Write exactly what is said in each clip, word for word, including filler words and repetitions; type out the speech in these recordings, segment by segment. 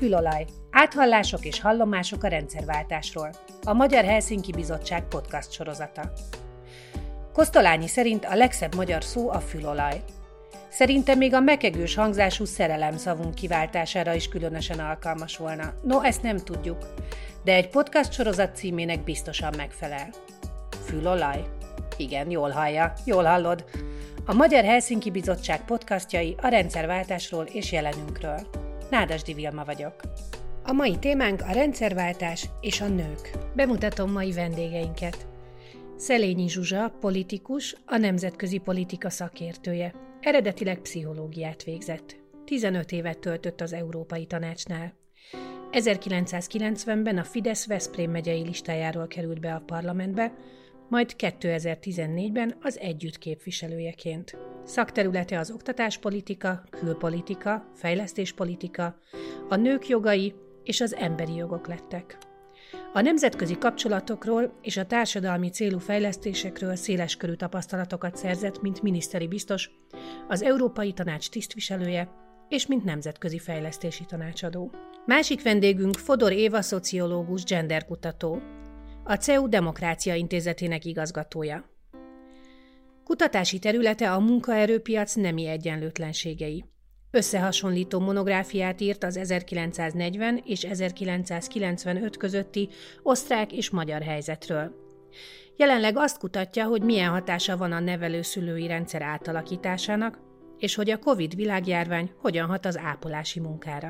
Fülolaj. Áthallások és hallomások a rendszerváltásról. A Magyar Helsinki Bizottság podcast sorozata. Kosztolányi szerint a legszebb magyar szó a fülolaj. Szerintem még a mekegős hangzású szerelem szavunk kiváltására is különösen alkalmas volna. No, ezt nem tudjuk, de egy podcast sorozat címének biztosan megfelel. Fülolaj? Igen, jól hallja, jól hallod. A Magyar Helsinki Bizottság podcastjai a rendszerváltásról és jelenünkről. Nádasdy Vilma vagyok. A mai témánk a rendszerváltás és a nők. Bemutatom mai vendégeinket. Szelényi Zsuzsa, politikus, a nemzetközi politika szakértője. Eredetileg pszichológiát végzett. tizenöt évet töltött az Európai Tanácsnál. ezerkilencszázkilencvenben a Fidesz Veszprém megyei listájáról került be a parlamentbe, majd kétezer-tizennégyben az Együtt képviselőjeként. Szakterülete az oktatáspolitika, külpolitika, fejlesztéspolitika, a nők jogai és az emberi jogok lettek. A nemzetközi kapcsolatokról és a társadalmi célú fejlesztésekről széleskörű tapasztalatokat szerzett, mint miniszteri biztos, az Európai Tanács tisztviselője és mint nemzetközi fejlesztési tanácsadó. Másik vendégünk Fodor Éva szociológus, genderkutató, a cé e u Demokrácia Intézetének igazgatója. Kutatási területe a munkaerőpiac nemi egyenlőtlenségei. Összehasonlító monográfiát írt az ezerkilencszáznegyven és ezerkilencszázkilencvenöt közötti osztrák és magyar helyzetről. Jelenleg azt kutatja, hogy milyen hatása van a nevelőszülői rendszer átalakításának, és hogy a Covid világjárvány hogyan hat az ápolási munkára.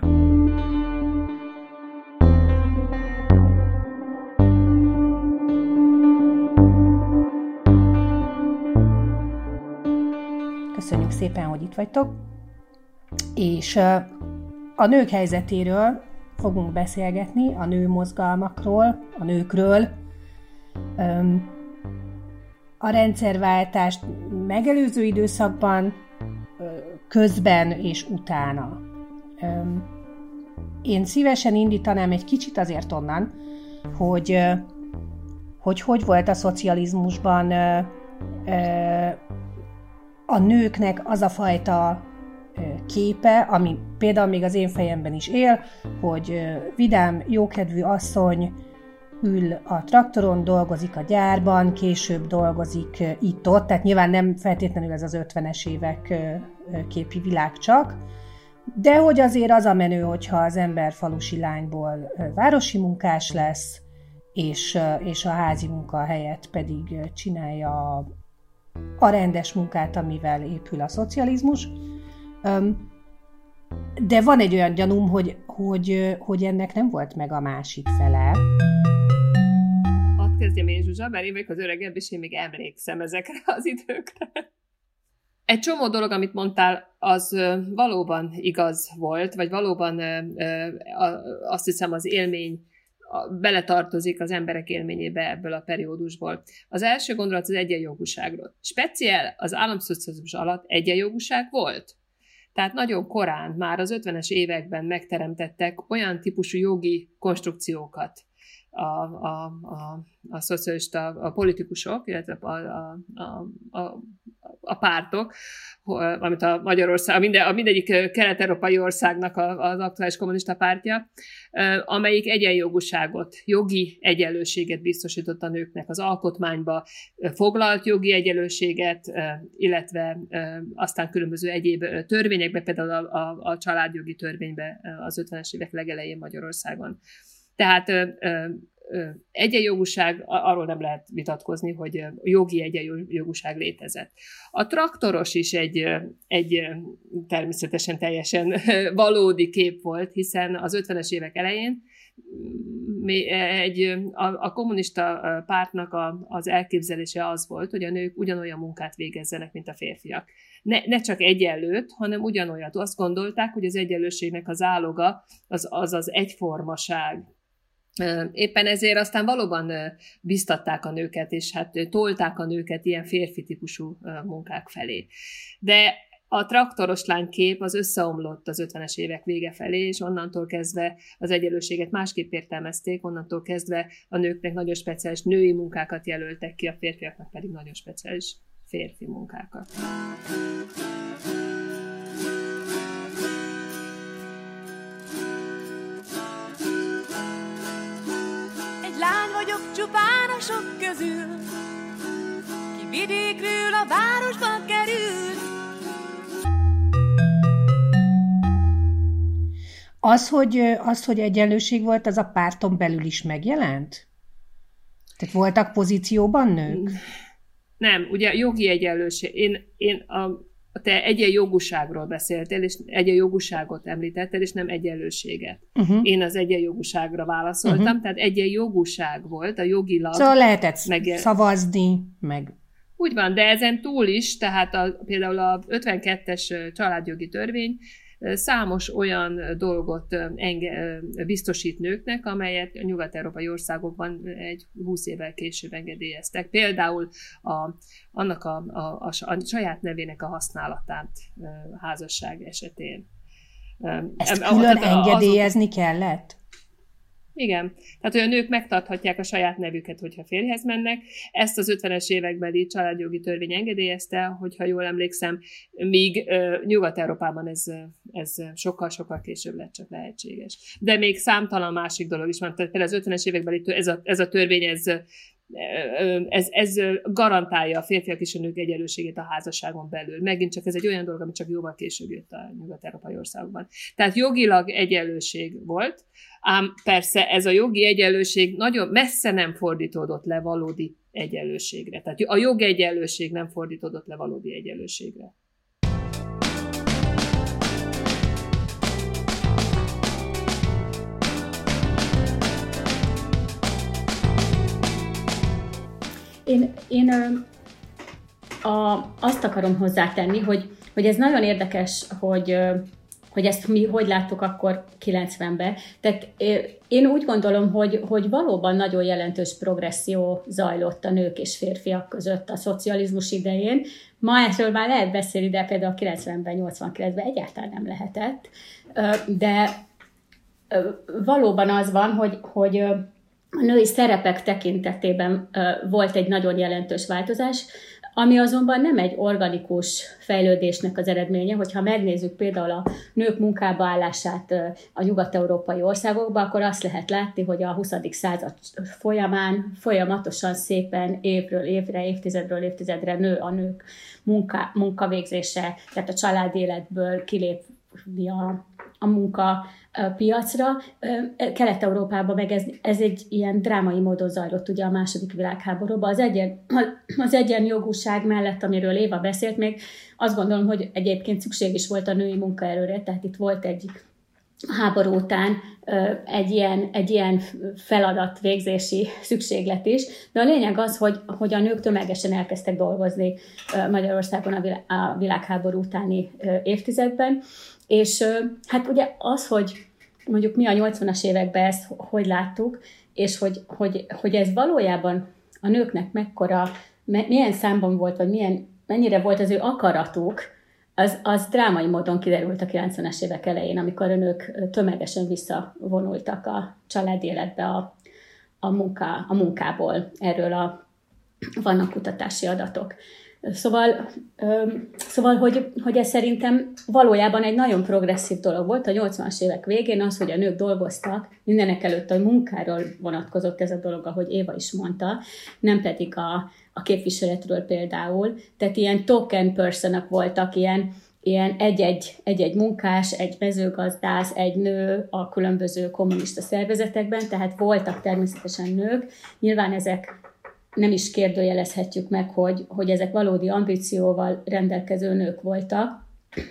Köszönjük szépen, hogy itt vagytok, és a nők helyzetéről fogunk beszélgetni, a nőmozgalmakról, a nőkről, a rendszerváltást megelőző időszakban, közben és utána. Én szívesen indítanám egy kicsit azért onnan, hogy hogy, hogy volt a szocializmusban a nőknek az a fajta képe, ami például még az én fejemben is él, hogy vidám, jókedvű asszony ül a traktoron, dolgozik a gyárban, később dolgozik itt-ott, tehát nyilván nem feltétlenül ez az ötvenes évek képi világ csak, de hogy azért az a menő, hogyha az ember falusi lányból városi munkás lesz, és, és a házi munka helyett pedig csinálja a rendes munkát, amivel épül a szocializmus. De van egy olyan gyanúm, hogy, hogy, hogy ennek nem volt meg a másik fele. Hadd kezdjem én, Zsuzsa, mert én vagyok az öregebb, és én még emlékszem ezekre az időkre. Egy csomó dolog, amit mondtál, az valóban igaz volt, vagy valóban azt hiszem az élmény beletartozik az emberek élményébe ebből a periódusból. Az első gondolat az egyenjogúságról. Speciál az államszocializmus alatt egyenjogúság volt. Tehát nagyon korán, már az ötvenes években megteremtettek olyan típusú jogi konstrukciókat a, a, a, a szocialista a politikusok, illetve a, a, a, a, a pártok, amit a Magyarország, a, minden, a mindegyik kelet-európai országnak az aktuális kommunista pártja, amelyik egyenjogúságot, jogi egyenlőséget biztosított a nőknek, az alkotmányba foglalt jogi egyenlőséget, illetve aztán különböző egyéb törvényekbe, például a, a, a családjogi törvénybe az ötvenes évek legelején Magyarországon. Tehát egyenjogúság, arról nem lehet vitatkozni, hogy jogi egyenjogúság létezett. A traktoros is egy, egy természetesen teljesen valódi kép volt, hiszen az ötvenes évek elején egy, a, a kommunista pártnak a, az elképzelése az volt, hogy a nők ugyanolyan munkát végezzenek, mint a férfiak. Ne, ne csak egyenlőt, hanem ugyanolyat. Azt gondolták, hogy az egyenlőségnek az áloga az az, az egyformaság. Éppen ezért aztán valóban biztatták a nőket, és hát tolták a nőket ilyen férfi típusú munkák felé. De a traktoros lány kép az összeomlott az ötvenes évek vége felé, és onnantól kezdve az egyenlőséget másképp értelmezték, onnantól kezdve a nőknek nagyon speciális női munkákat jelöltek ki, a férfiaknak pedig nagyon speciális férfi munkákat. vagyok csupán a sok közül, ki vidékről a városba kerül. Az, hogy, az, hogy egyenlőség volt, az a párton belül is megjelent? Tehát voltak pozícióban nők? Nem, ugye jogi egyenlőség. Én, én a, te egyenjogúságról beszéltél, és egyenjogúságot említettél, és nem egyenlőséget. Uh-huh. Én az egyenjogúságra válaszoltam, uh-huh. tehát egyenjogúság volt, a jogilag... Szóval lehetett meg... szavazni, meg... Úgy van, de ezen túl is, tehát a, például a ötvenkettes családjogi törvény számos olyan dolgot enge, biztosít nőknek, amelyet a nyugat-európai országokban egy húsz évvel később engedélyeztek. Például a, annak a, a, a, a saját nevének a használatát házasság esetén. Ezt külön engedélyezni kellett? Igen. Tehát, hogy a nők megtarthatják a saját nevüket, hogyha férjhez mennek. Ezt az ötvenes évekbeli családjogi törvény engedélyezte, hogyha jól emlékszem, míg uh, Nyugat-Európában ez, ez sokkal-sokkal később lett csak lehetséges. De még számtalan másik dolog is van. Tehát például az ötvenes évekbeli ez a, ez a törvény, ez, ez, ez garantálja a férfiak és a nők egyenlőségét a házasságon belül. Megint csak ez egy olyan dolog, ami csak jóval később jött a nyugat-európai országokban. Tehát jogilag egyenlőség volt, ám persze ez a jogi egyenlőség nagyon messze nem fordítódott le valódi egyenlőségre. Tehát a jogegyenlőség nem fordítódott le valódi egyenlőségre. Én, én a, azt akarom hozzátenni, hogy, hogy ez nagyon érdekes, hogy, hogy ezt mi hogy láttuk akkor kilencvenben. Tehát én úgy gondolom, hogy, hogy valóban nagyon jelentős progresszió zajlott a nők és férfiak között a szocializmus idején. Ma erről már lehet beszélni, de például kilencvenben, nyolcvankilencben egyáltalán nem lehetett. De valóban az van, hogy, hogy a női szerepek tekintetében volt egy nagyon jelentős változás, ami azonban nem egy organikus fejlődésnek az eredménye. Hogyha megnézzük például a nők munkába állását a nyugat-európai országokban, akkor azt lehet látni, hogy a huszadik század folyamán folyamatosan szépen évről évre, évtizedről évtizedre nő a nők munka, munkavégzése, tehát a családéletből kilépni a, a munka piacra. Kelet-Európában meg ez, ez egy ilyen drámai módon zajlott ugye a második világháborúban. Az, egyen, az egyenjogúság mellett, amiről Éva beszélt még, azt gondolom, hogy egyébként szükség is volt a női munkaerőre, tehát itt volt egy háború után egy ilyen, egy ilyen feladatvégzési szükséglet is, de a lényeg az, hogy, hogy a nők tömegesen elkezdtek dolgozni Magyarországon a világháború utáni évtizedben, és hát ugye az, hogy mondjuk mi a nyolcvanas években ezt hogy láttuk, és hogy, hogy, hogy ez valójában a nőknek mekkora, milyen számban volt, vagy milyen, mennyire volt az ő akaratuk, az, az drámai módon kiderült a kilencvenes évek elején, amikor a nők tömegesen visszavonultak a családi életbe a, a, munká, a munkából. Erről a, vannak kutatási adatok. Szóval, szóval hogy, hogy ez szerintem valójában egy nagyon progresszív dolog volt. A nyolcvanas évek végén az, hogy a nők dolgoztak, mindenek előtt a munkáról vonatkozott ez a dolog, ahogy Éva is mondta, nem pedig a, a képviseletről például. Tehát ilyen token personok voltak, ilyen, ilyen egy-egy, egy-egy munkás, egy mezőgazdász, egy nő a különböző kommunista szervezetekben, tehát voltak természetesen nők. Nyilván ezek nem is kérdőjelezhetjük meg, hogy, hogy ezek valódi ambícióval rendelkező nők voltak,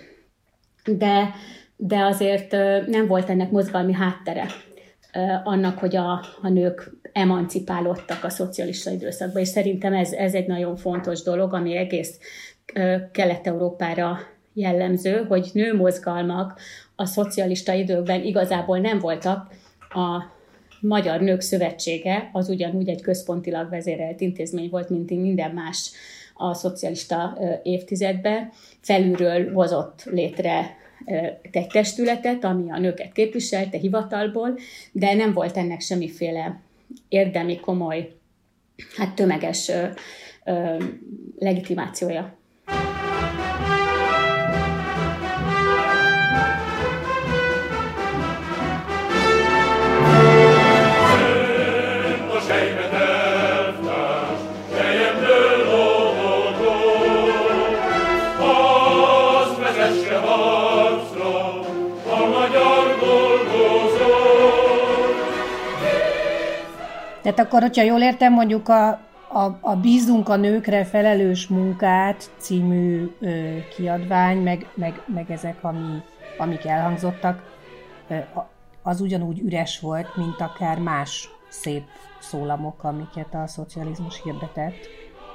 de, de azért nem volt ennek mozgalmi háttere annak, hogy a, a nők emancipálódtak a szocialista időszakban, és szerintem ez, ez egy nagyon fontos dolog, ami egész Kelet-Európára jellemző, hogy nőmozgalmak a szocialista időkben igazából nem voltak. A Magyar Nők Szövetsége az ugyanúgy egy központilag vezérelt intézmény volt, mint minden más a szocialista évtizedben. Felülről hozott létre egy testületet, ami a nőket képviselte hivatalból, de nem volt ennek semmiféle érdemi, komoly, hát tömeges ö, ö, legitimációja. Shame Tehát akkor, hogyha jól értem, mondjuk a, a, a Bízunk a nőkre felelős munkát című ö, kiadvány, meg, meg, meg ezek, ami, amik elhangzottak, ö, az ugyanúgy üres volt, mint akár más szép szólamok, amiket a szocializmus hirdetett.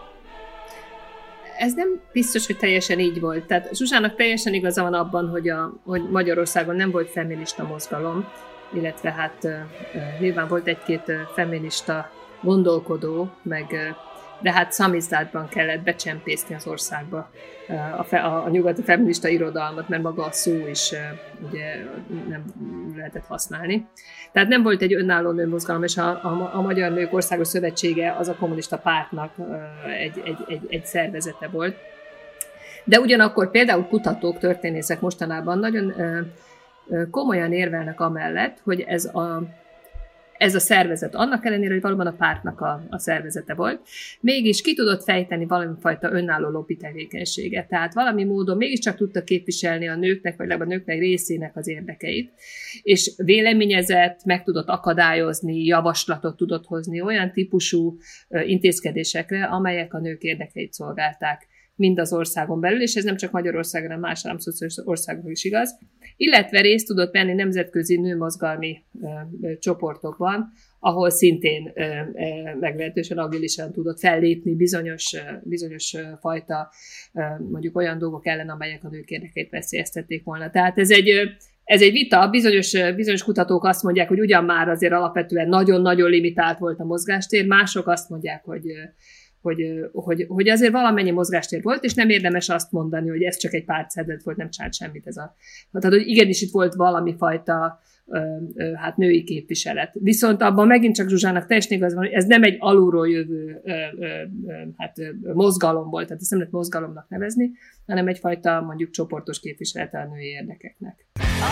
Ez nem biztos, hogy teljesen így volt. Tehát Zsuzsának teljesen igaza van abban, hogy, a, hogy Magyarországon nem volt feminista mozgalom, illetve hát nyilván volt egy-két feminista gondolkodó, meg, de hát szamizdátban kellett becsempészni az országba a, fe, a, a nyugati feminista irodalmat, mert maga a szó is ugye nem lehetett használni. Tehát nem volt egy önálló nőmozgalom, és a, a, a Magyar Nők Országos Szövetsége az a kommunista pártnak egy, egy, egy, egy szervezete volt. De ugyanakkor például kutatók, történészek mostanában nagyon komolyan érvelnek amellett, hogy ez a, ez a szervezet, annak ellenére, hogy valóban a pártnak a, a szervezete volt, mégis ki tudott fejteni valamifajta önálló lobby tevékenységet. Tehát valami módon mégiscsak tudta képviselni a nőknek, vagy legalább a nőknek részének az érdekeit, és véleményezett, meg tudott akadályozni, javaslatot tudott hozni olyan típusú intézkedésekre, amelyek a nők érdekeit szolgálták mind az országon belül, és ez nem csak Magyarországon, hanem más államszociális országokban is igaz, illetve részt tudott venni nemzetközi nőmozgalmi ö, ö, csoportokban, ahol szintén ö, ö, meglehetősen agilisan tudott fellépni bizonyos, ö, bizonyos ö, fajta ö, mondjuk olyan dolgok ellen, amelyek a nők érdekeit veszélyeztették volna. Tehát ez egy, ö, ez egy vita, bizonyos, ö, bizonyos kutatók azt mondják, hogy ugyan már azért alapvetően nagyon-nagyon limitált volt a mozgástér, mások azt mondják, hogy ö, Hogy, hogy, hogy azért valamennyi mozgástér volt, és nem érdemes azt mondani, hogy ez csak egy pártszervezet volt, nem csinált semmit ez a... Tehát, hogy igenis itt volt valami fajta hát női képviselet. Viszont abban megint csak Zsuzsának teljesen igaz van, hogy ez nem egy alulról jövő hát, mozgalom volt, tehát ezt nem lehet mozgalomnak nevezni, hanem egyfajta mondjuk csoportos képviselete a női érdekeknek.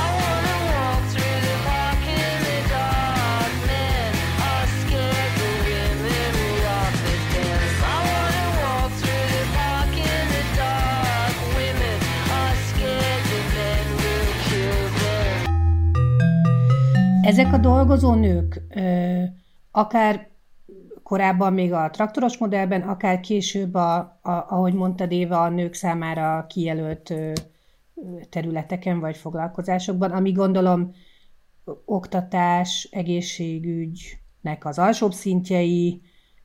Ezek a dolgozó nők, akár korábban még a traktoros modellben, akár később, a, a, ahogy mondtad Éva, a nők számára kijelölt területeken vagy foglalkozásokban, ami gondolom oktatás, egészségügynek az alsóbb szintjei,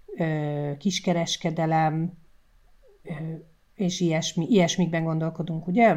kiskereskedelem, és ilyesmi, ilyesmikben gondolkodunk, ugye?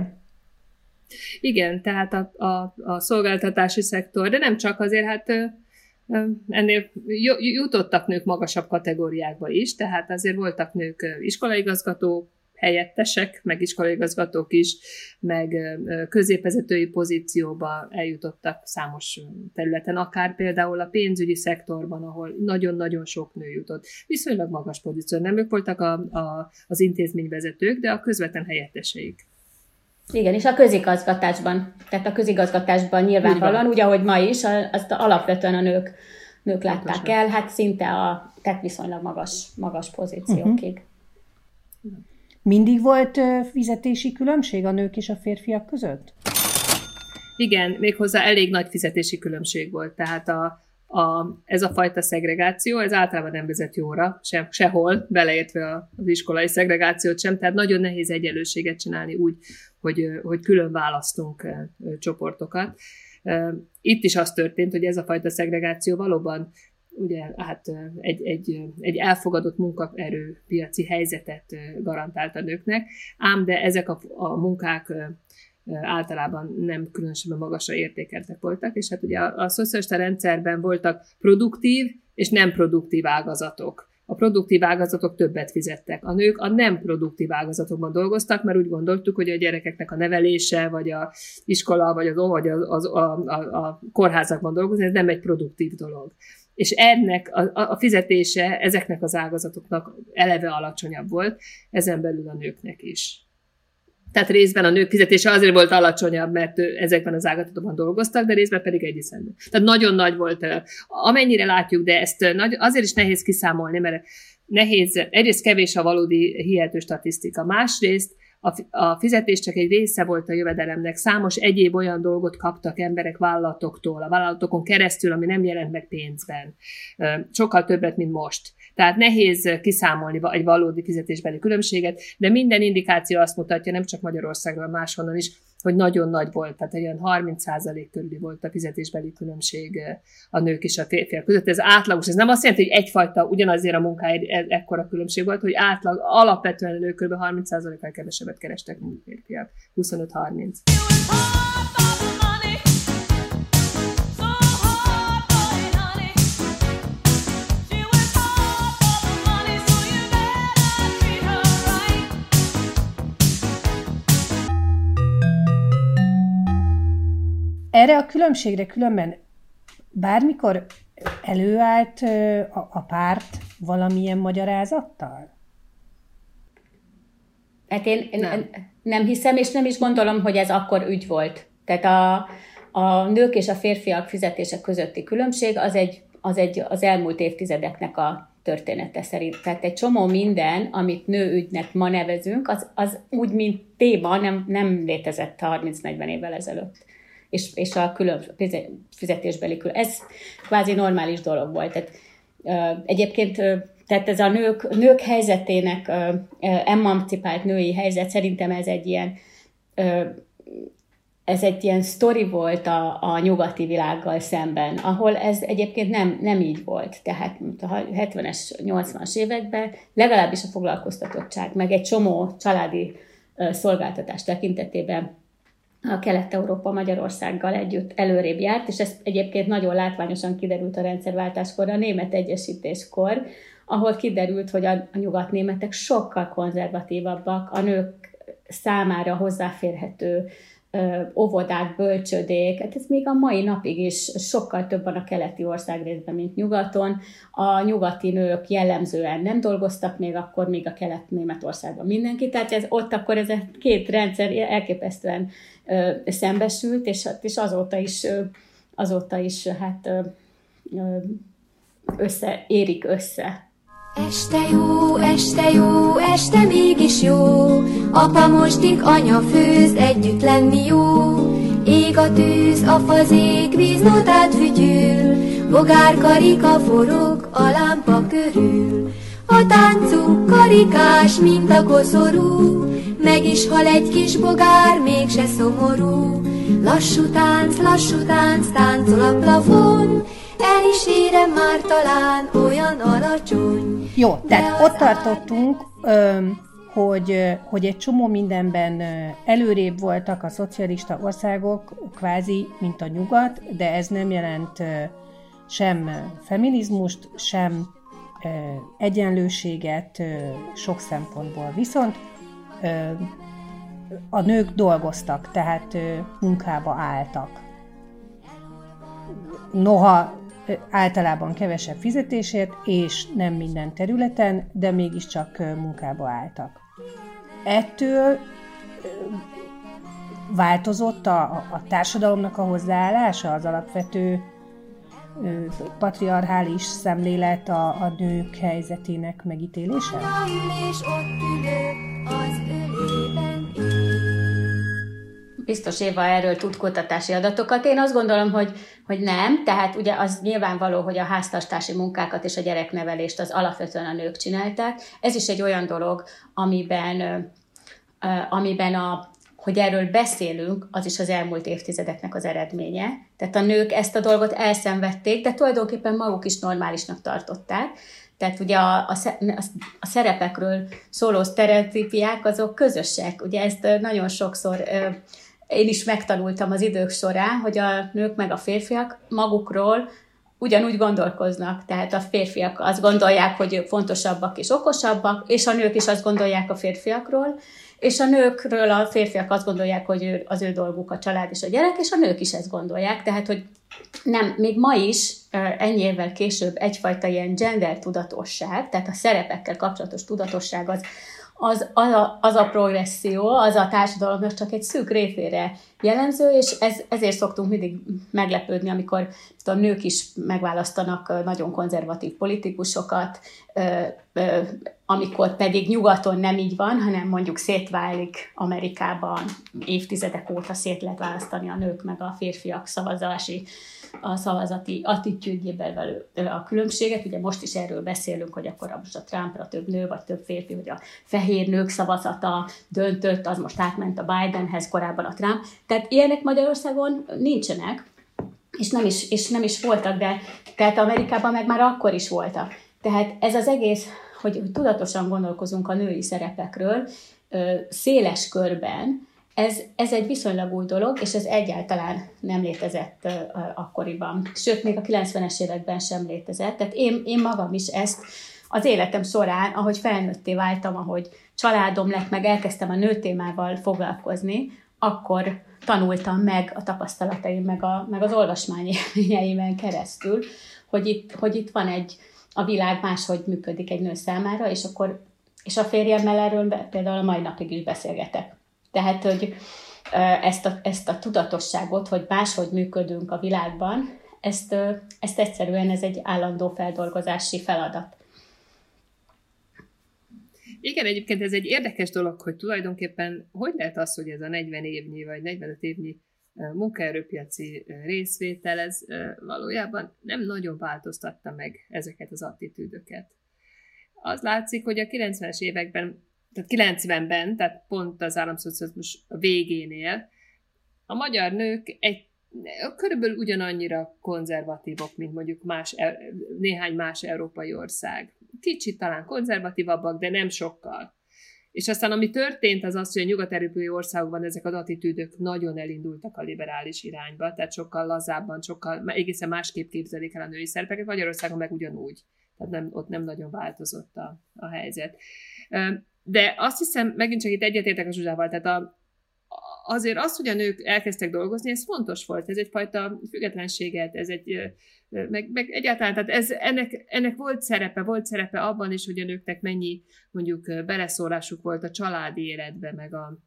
Igen, tehát a, a, a szolgáltatási szektor, de nem csak azért, hát ennél jutottak nők magasabb kategóriákba is, tehát azért voltak nők iskolaigazgatók, helyettesek, meg iskolaigazgatók is, meg középvezetői pozícióba eljutottak számos területen, akár például a pénzügyi szektorban, ahol nagyon-nagyon sok nő jutott. Viszonylag magas pozíció. Nem ők voltak a, a, az intézményvezetők, de a közvetlen helyetteseik. Igen, és a közigazgatásban, tehát a közigazgatásban nyilvánvalóan, úgy, ahogy ma is, azt alapvetően a nők, nők látták el, hát szinte a, tehát viszonylag magas, magas pozíciókig. Uh-huh. Mindig volt fizetési különbség a nők és a férfiak között? Igen, méghozzá elég nagy fizetési különbség volt, tehát a, a, ez a fajta szegregáció, ez általában nem vezet jóra, se, sehol, beleértve az iskolai szegregációt sem, tehát nagyon nehéz egyenlőséget csinálni úgy, hogy, hogy külön választunk csoportokat. Itt is az történt, hogy ez a fajta szegregáció valóban ugye, hát egy, egy, egy elfogadott munkaerőpiaci helyzetet garantált a nőknek, ám de ezek a, a munkák általában nem különösebben magasra értékeltek voltak, és hát ugye a, a szocialista rendszerben voltak produktív és nem produktív ágazatok. A produktív ágazatok többet fizettek. A nők a nem produktív ágazatokban dolgoztak, mert úgy gondoltuk, hogy a gyerekeknek a nevelése, vagy a iskola, vagy, az, vagy az, az, a, a, a kórházakban dolgozni, ez nem egy produktív dolog. És ennek a, a fizetése ezeknek az ágazatoknak eleve alacsonyabb volt, ezen belül a nőknek is. Tehát részben a nők fizetése azért volt alacsonyabb, mert ezekben az ágazatokban dolgoztak, de részben pedig egészen. Tehát nagyon nagy volt, amennyire látjuk, de ezt azért is nehéz kiszámolni, mert nehéz, egyrészt kevés a valódi hihető statisztika, másrészt a fizetés csak egy része volt a jövedelemnek, számos egyéb olyan dolgot kaptak emberek vállalatoktól, a vállalatokon keresztül, ami nem jelent meg pénzben. Sokkal többet, mint most. Tehát nehéz kiszámolni egy valódi fizetésbeli különbséget, de minden indikáció azt mutatja, nem csak Magyarországról, máshonnan is, hogy nagyon nagy volt, tehát olyan harminc százalék körüli volt a fizetésbeli különbség a nők és a férfiak között. Ez átlagos, ez nem azt jelenti, hogy egyfajta ugyanazért a munkáért ekkora különbség volt, hogy átlag, alapvetően a nők kb. harminc százalékkal kevesebbet kerestek, mint a férfiak. huszonöt-harminc. Erre a különbségre különben bármikor előállt a, a párt valamilyen magyarázattal? Hát én nem. nem hiszem, és nem is gondolom, hogy ez akkor ügy volt. Tehát a, a nők és a férfiak fizetése közötti különbség az, egy, az, egy, az elmúlt évtizedeknek a története szerint. Tehát egy csomó minden, amit nőügynek ma nevezünk, az, az úgy, mint téma nem, nem létezett harminc-negyven évvel ezelőtt. És, és a külön, fizetésbeli külön. Ez kvázi normális dolog volt. Tehát, uh, egyébként uh, tehát ez a nők, nők helyzetének uh, emancipált női helyzet, szerintem ez egy ilyen uh, ez egy ilyen sztori volt a, a nyugati világgal szemben, ahol ez egyébként nem, nem így volt. Tehát a hetvenes, nyolcvanas években legalábbis a foglalkoztatottság, meg egy csomó családi uh, szolgáltatás tekintetében a Kelet-Európa Magyarországgal együtt előrébb járt, és ez egyébként nagyon látványosan kiderült a rendszerváltáskor, a német egyesítéskor, ahol kiderült, hogy a nyugatnémetek sokkal konzervatívabbak, a nők számára hozzáférhető ö, óvodák, bölcsödék, hát ez még a mai napig is sokkal több van a keleti országrészben, mint nyugaton. A nyugati nők jellemzően nem dolgoztak még akkor, még a Kelet-Németországban mindenki, tehát ez, ott akkor ez a két rendszer elképesztően ö, szembesült, és, és azóta is, ö, azóta is hát ö, ö, össze, érik össze. Este jó, este jó, este mégis jó, apa mostik, anya főz, együtt lenni jó. Ég a tűz, a fazék, víznótát fütyül, bogár karika forog a lámpa körül. A táncunk karikás, mint a koszorú, meg is hal egy kis bogár, mégse szomorú. Lassú tánc, lassú tánc, táncol a plafon, el is érem már talán olyan alacsony. Jó, tehát ott tartottunk, hogy, hogy egy csomó mindenben előrébb voltak a szocialista országok, kvázi, mint a nyugat, de ez nem jelent sem feminizmust, sem egyenlőséget sok szempontból. Viszont a nők dolgoztak, tehát munkába álltak. Noha általában kevesebb fizetésért, és nem minden területen, de mégiscsak munkába álltak. Ettől változott a, a társadalomnak a hozzáállása, az alapvető patriarchális szemlélet a, a nők helyzetének megítélése? És ott ülök az ölében én. Biztos Éva erről tud kutatási adatokat. Én azt gondolom, hogy, hogy nem, tehát ugye az nyilvánvaló, hogy a háztartási munkákat és a gyereknevelést az alapvetően a nők csinálták. Ez is egy olyan dolog, amiben, amiben a, hogy erről beszélünk, az is az elmúlt évtizedeknek az eredménye. Tehát a nők ezt a dolgot elszenvedték, de tulajdonképpen maguk is normálisnak tartották. Tehát ugye a, a, a szerepekről szóló sztereotípiák azok közösek. Ugye ezt nagyon sokszor én is megtanultam az idők során, hogy a nők meg a férfiak magukról ugyanúgy gondolkoznak. Tehát a férfiak azt gondolják, hogy ők fontosabbak és okosabbak, és a nők is azt gondolják a férfiakról, és a nőkről a férfiak azt gondolják, hogy az ő dolguk a család és a gyerek, és a nők is ezt gondolják. Tehát, hogy nem, még ma is ennyi évvel később egyfajta ilyen gender tudatosság, tehát a szerepekkel kapcsolatos tudatosság az, az, az, a, az a progresszió, az a társadalomnak csak egy szűk rétére jellemző, és ez, ezért szoktunk mindig meglepődni, amikor a nők is megválasztanak nagyon konzervatív politikusokat, amikor pedig nyugaton nem így van, hanem mondjuk szétválik Amerikában évtizedek óta szét lehet választani a nők meg a férfiak szavazási, a szavazati attitűdjében velő a különbséget. Ugye most is erről beszélünk, hogy akkor most a Trumpra több nő, vagy több férfi, hogy a fehér nők szavazata döntött, az most átment a Bidenhez, korábban a Trump. Tehát ilyenek Magyarországon nincsenek, és nem is, és nem is voltak, de tehát Amerikában meg már akkor is voltak. Tehát ez az egész, hogy, hogy tudatosan gondolkozunk a női szerepekről széles körben, ez, ez egy viszonylag új dolog, és ez egyáltalán nem létezett akkoriban. Sőt, még a kilencvenes években sem létezett. Tehát én, én magam is ezt az életem során, ahogy felnőtté váltam, ahogy családom lett, meg elkezdtem a nőtémával foglalkozni, akkor tanultam meg a tapasztalataim, meg, a, meg az olvasmányélményeimen keresztül, hogy itt, hogy itt van egy, a világ máshogy működik egy nő számára, és akkor és a férjemmel erről például a mai napig is beszélgetek. Tehát, hogy ezt a, ezt a tudatosságot, hogy máshogy működünk a világban, ezt, ezt egyszerűen ez egy állandó feldolgozási feladat. Igen, egyébként ez egy érdekes dolog, hogy tulajdonképpen hogy lehet az, hogy ez a negyven évnyi vagy negyvenöt évnyi munkaerőpiaci részvétel, ez valójában nem nagyon változtatta meg ezeket az attitűdöket. Az látszik, hogy a kilencvenes években, tehát kilencvenben, tehát pont az államszocializmus végénél a magyar nők egy, körülbelül ugyanannyira konzervatívok, mint mondjuk más, néhány más európai ország. Kicsit talán konzervatívabbak, de nem sokkal. És aztán ami történt, az az, hogy a nyugat-európai országokban ezek az attitűdök nagyon elindultak a liberális irányba, tehát sokkal lazábban, sokkal egészen másképp képzelik el a női szerepeket, Magyarországon meg ugyanúgy. Tehát nem, ott nem nagyon változott a, a helyzet. De azt hiszem, megint csak itt egyetértek a Zsuzsával, tehát a, azért az, hogy a nők elkezdtek dolgozni, ez fontos volt, ez egyfajta függetlenséget, ez egy, meg, meg egyáltalán, tehát ez, ennek, ennek volt szerepe, volt szerepe abban is, hogy a nőknek mennyi mondjuk beleszólásuk volt a családi életbe, meg a,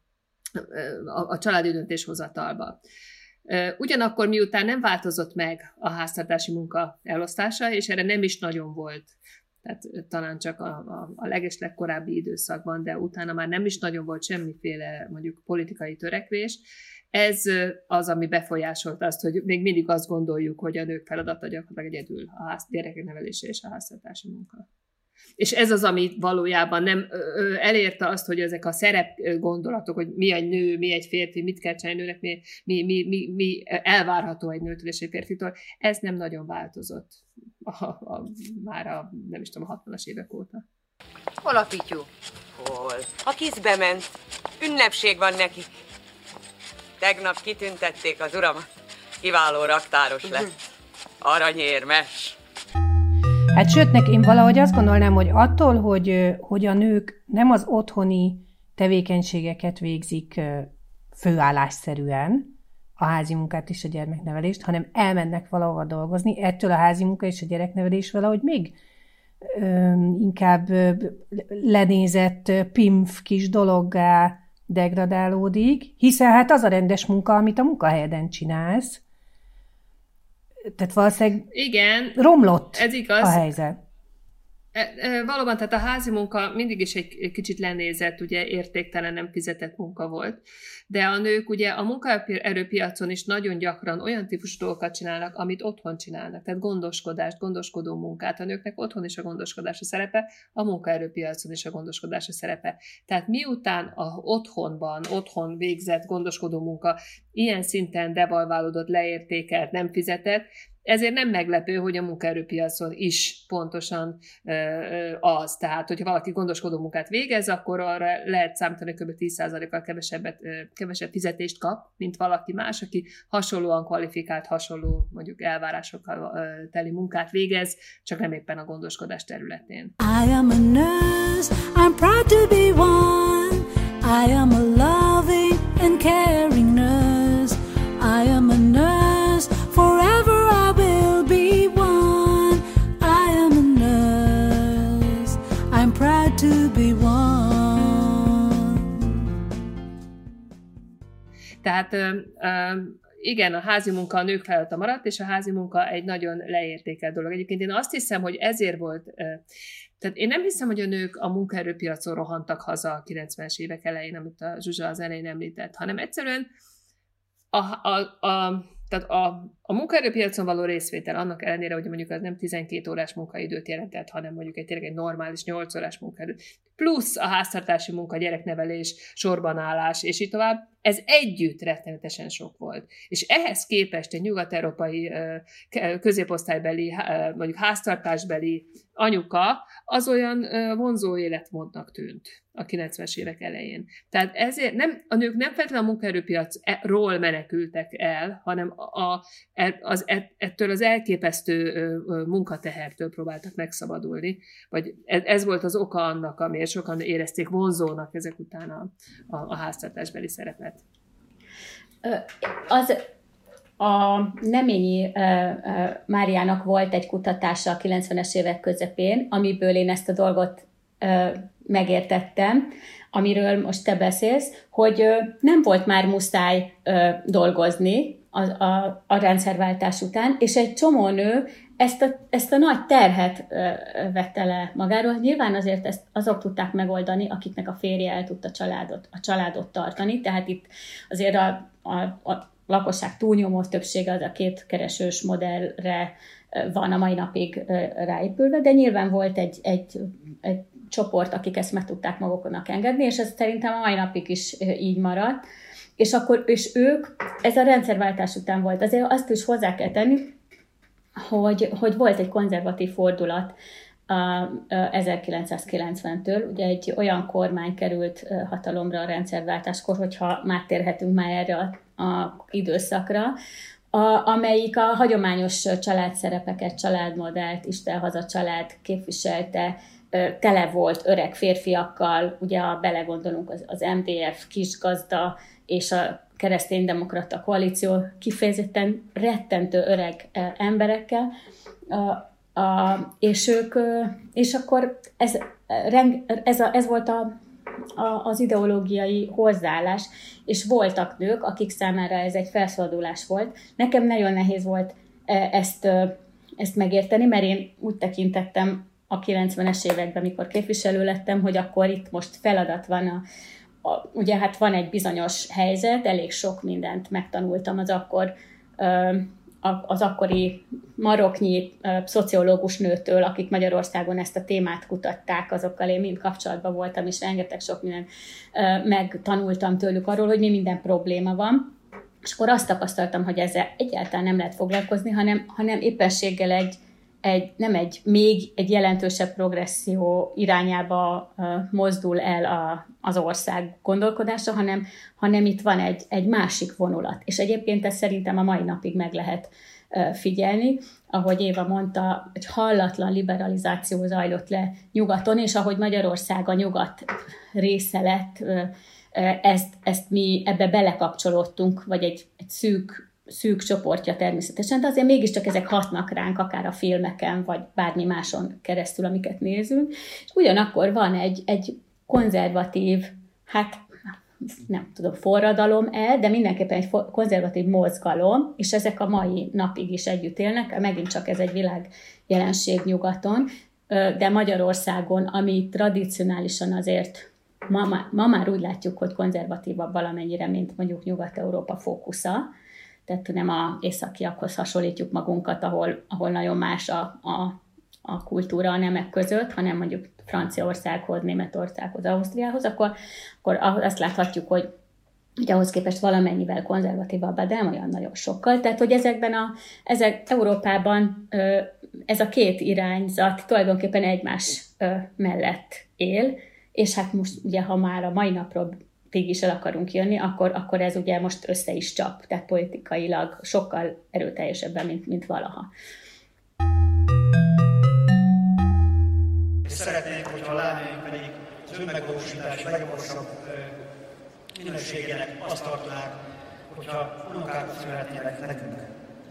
a, a családi döntéshozatalba. Ugyanakkor miután nem változott meg a háztartási munka elosztása, és erre nem is nagyon volt, tehát talán csak a, a, a legeslegkorábbi időszakban, de utána már nem is nagyon volt semmiféle mondjuk politikai törekvés, ez az, ami befolyásolt azt, hogy még mindig azt gondoljuk, hogy a nők feladata gyakorlatilag egyedül a ház, gyerekek nevelése és a háztartási munka. És ez az, ami valójában nem ö, elérte azt, hogy ezek a szerep gondolatok, hogy mi egy nő, mi egy férfi, mit kell csinálni nőnek, mi, mi, mi, mi, mi elvárható egy nőtől és egy férfitől, ez nem nagyon változott a, a, már a, nem is tudom, a hatvanas évek óta. Hol a Pityu? Hol? A kizbe ment. Ünnepség van neki. Tegnap kitüntették az uramat. Kiváló raktáros lett. Aranyérmes. Hát sőt, én valahogy azt gondolnám, hogy attól, hogy, hogy a nők nem az otthoni tevékenységeket végzik főállásszerűen, a házi munkát és a gyermeknevelést, hanem elmennek valahova dolgozni, ettől a házi munka és a gyereknevelés valahogy még ö, inkább ö, lenézett pimf kis dologgá degradálódik, hiszen hát az a rendes munka, amit a munkahelyeden csinálsz. Tehát valószínűleg igen, romlott ez igaz. A helyzet. E, e, valóban, tehát a házi munka mindig is egy kicsit lenézett, ugye értéktelen, nem fizetett munka volt. De a nők ugye a munkaerőpiacon is nagyon gyakran olyan típusú dolgokat csinálnak, amit otthon csinálnak. Tehát gondoskodást, gondoskodó munkát. A nőknek otthon is a gondoskodás a szerepe, a munkaerőpiacon is a gondoskodás a szerepe. Tehát miután a otthonban, otthon végzett gondoskodó munka ilyen szinten devalválódott, leértékelt, nem fizetett, ezért nem meglepő, hogy a munkaerőpiacon is pontosan az. Tehát, hogyha valaki gondoskodó munkát végez, akkor arra lehet számítani, hogy kb. tíz százalékkal kevesebbet, kevesebb fizetést kap, mint valaki más, aki hasonlóan kvalifikált, hasonló mondjuk elvárásokkal teli munkát végez, csak nem éppen a gondoskodás területén. I am a nurse, I'm proud to be one. I am a loving and caring nurse. I am a nurse, forever I will be one. I am a nurse, I'm proud to be one. Tehát igen, a házi munka a nők feladata maradt, és a házi munka egy nagyon leértékelt dolog. Egyébként én azt hiszem, hogy ezért volt, tehát én nem hiszem, hogy a nők a munkaerőpiacon rohantak haza a kilencvenes évek elején, amit a Zsuzsa az elején említett, hanem egyszerűen a, a, a Tehát a, a munkaerőpiacon való részvétel annak ellenére, hogy mondjuk az nem tizenkét órás munkaidőt jelentett, hanem mondjuk egy tényleg egy normális nyolc órás munkaidő, plusz a háztartási munka, gyereknevelés, sorbanállás, és így tovább, ez együtt rettenetesen sok volt. És ehhez képest egy nyugat-európai középosztálybeli, mondjuk háztartásbeli anyuka az olyan vonzó életmódnak tűnt a kilencvenes évek elején. Tehát ezért nem, a nők nem feltétlenül a munkaerőpiacról menekültek el, hanem a, az, ettől az elképesztő munkatehertől próbáltak megszabadulni. Vagy ez volt az oka annak, amiért sokan érezték vonzónak ezek után a, a, a háztartásbeli szerepet. Az a Neményi Máriának volt egy kutatása a kilencvenes évek közepén, amiből én ezt a dolgot megértettem, amiről most te beszélsz, hogy nem volt már muszáj dolgozni a, a, a rendszerváltás után, és egy csomó nő ezt a, ezt a nagy terhet vette le magáról. Nyilván azért ezt azok tudták megoldani, akiknek a férje el tudta családot, a családot tartani, tehát itt azért a, a, a lakosság túlnyomó többsége az a kétkeresős modellre van a mai napig ráépülve, de nyilván volt egy, egy, egy csoport, akik ezt meg tudták maguknak engedni, és ez szerintem a mai napig is így maradt. És akkor és ők, ez a rendszerváltás után volt. Azért azt is hozzá kell tenni, hogy, hogy volt egy konzervatív fordulat ezerkilencszázkilencventől. Ugye egy olyan kormány került hatalomra a rendszerváltáskor, hogyha már térhetünk már erre a, a időszakra, a, amelyik a hagyományos családszerepeket, családmodellt, Isten-haza család képviselte, tele volt öreg férfiakkal, ugye ha belegondolunk az, az em dé ef, kisgazda és a kereszténydemokrata koalíció kifejezetten rettentő öreg emberekkel, a, a, és ők, és akkor ez, ez, a, ez volt a, a, az ideológiai hozzáállás, és voltak nők, akik számára ez egy felszabadulás volt. Nekem nagyon nehéz volt ezt, ezt megérteni, mert én úgy tekintettem a kilencvenes években, amikor képviselő lettem, hogy akkor itt most feladat van, a, a, ugye hát van egy bizonyos helyzet, elég sok mindent megtanultam az akkor az akkori maroknyi szociológus nőtől, akik Magyarországon ezt a témát kutatták, azokkal én mind kapcsolatban voltam, és rengeteg sok mindent megtanultam tőlük arról, hogy mi minden probléma van. És akkor azt tapasztaltam, hogy ezzel egyáltalán nem lehet foglalkozni, hanem, hanem éppenséggel egy, egy, nem egy még egy jelentősebb progresszió irányába uh, mozdul el a, az ország gondolkodása, hanem, hanem itt van egy, egy másik vonulat. És egyébként ezt szerintem a mai napig meg lehet uh, figyelni. Ahogy Éva mondta, egy hallatlan liberalizáció zajlott le nyugaton, és ahogy Magyarország a nyugat része lett, uh, ezt, ezt mi ebbe belekapcsolódtunk, vagy egy, egy szűk szűk csoportja természetesen, de azért mégiscsak ezek hatnak ránk, akár a filmeken, vagy bármi máson keresztül, amiket nézünk. És ugyanakkor van egy, egy konzervatív, hát nem tudom, forradalom-e, de mindenképpen egy konzervatív mozgalom, és ezek a mai napig is együtt élnek, megint csak ez egy világjelenség nyugaton, de Magyarországon, ami tradicionálisan azért ma, ma már úgy látjuk, hogy konzervatívabb valamennyire, mint mondjuk Nyugat-Európa fókusza, tehát nem az északiakhoz hasonlítjuk magunkat, ahol, ahol nagyon más a, a, a kultúra a nemek között, hanem mondjuk Franciaországhoz, Németországhoz, Ausztriához, akkor, akkor azt láthatjuk, hogy ugye ahhoz képest valamennyivel konzervatívabb, de nem olyan nagyon sokkal. Tehát, hogy ezekben a, ezek Európában ez a két irányzat tulajdonképpen egymás mellett él, és hát most ugye, ha már a mai napról is el akarunk jönni, akkor, akkor ez ugye most össze is csap, tehát politikailag sokkal erőteljesebben, mint, mint valaha. Szeretnénk, hogyha a lányaink pedig az önmegvalósítás legmagasabb minőségének azt tartanák, hogyha unokákat születnének nekünk.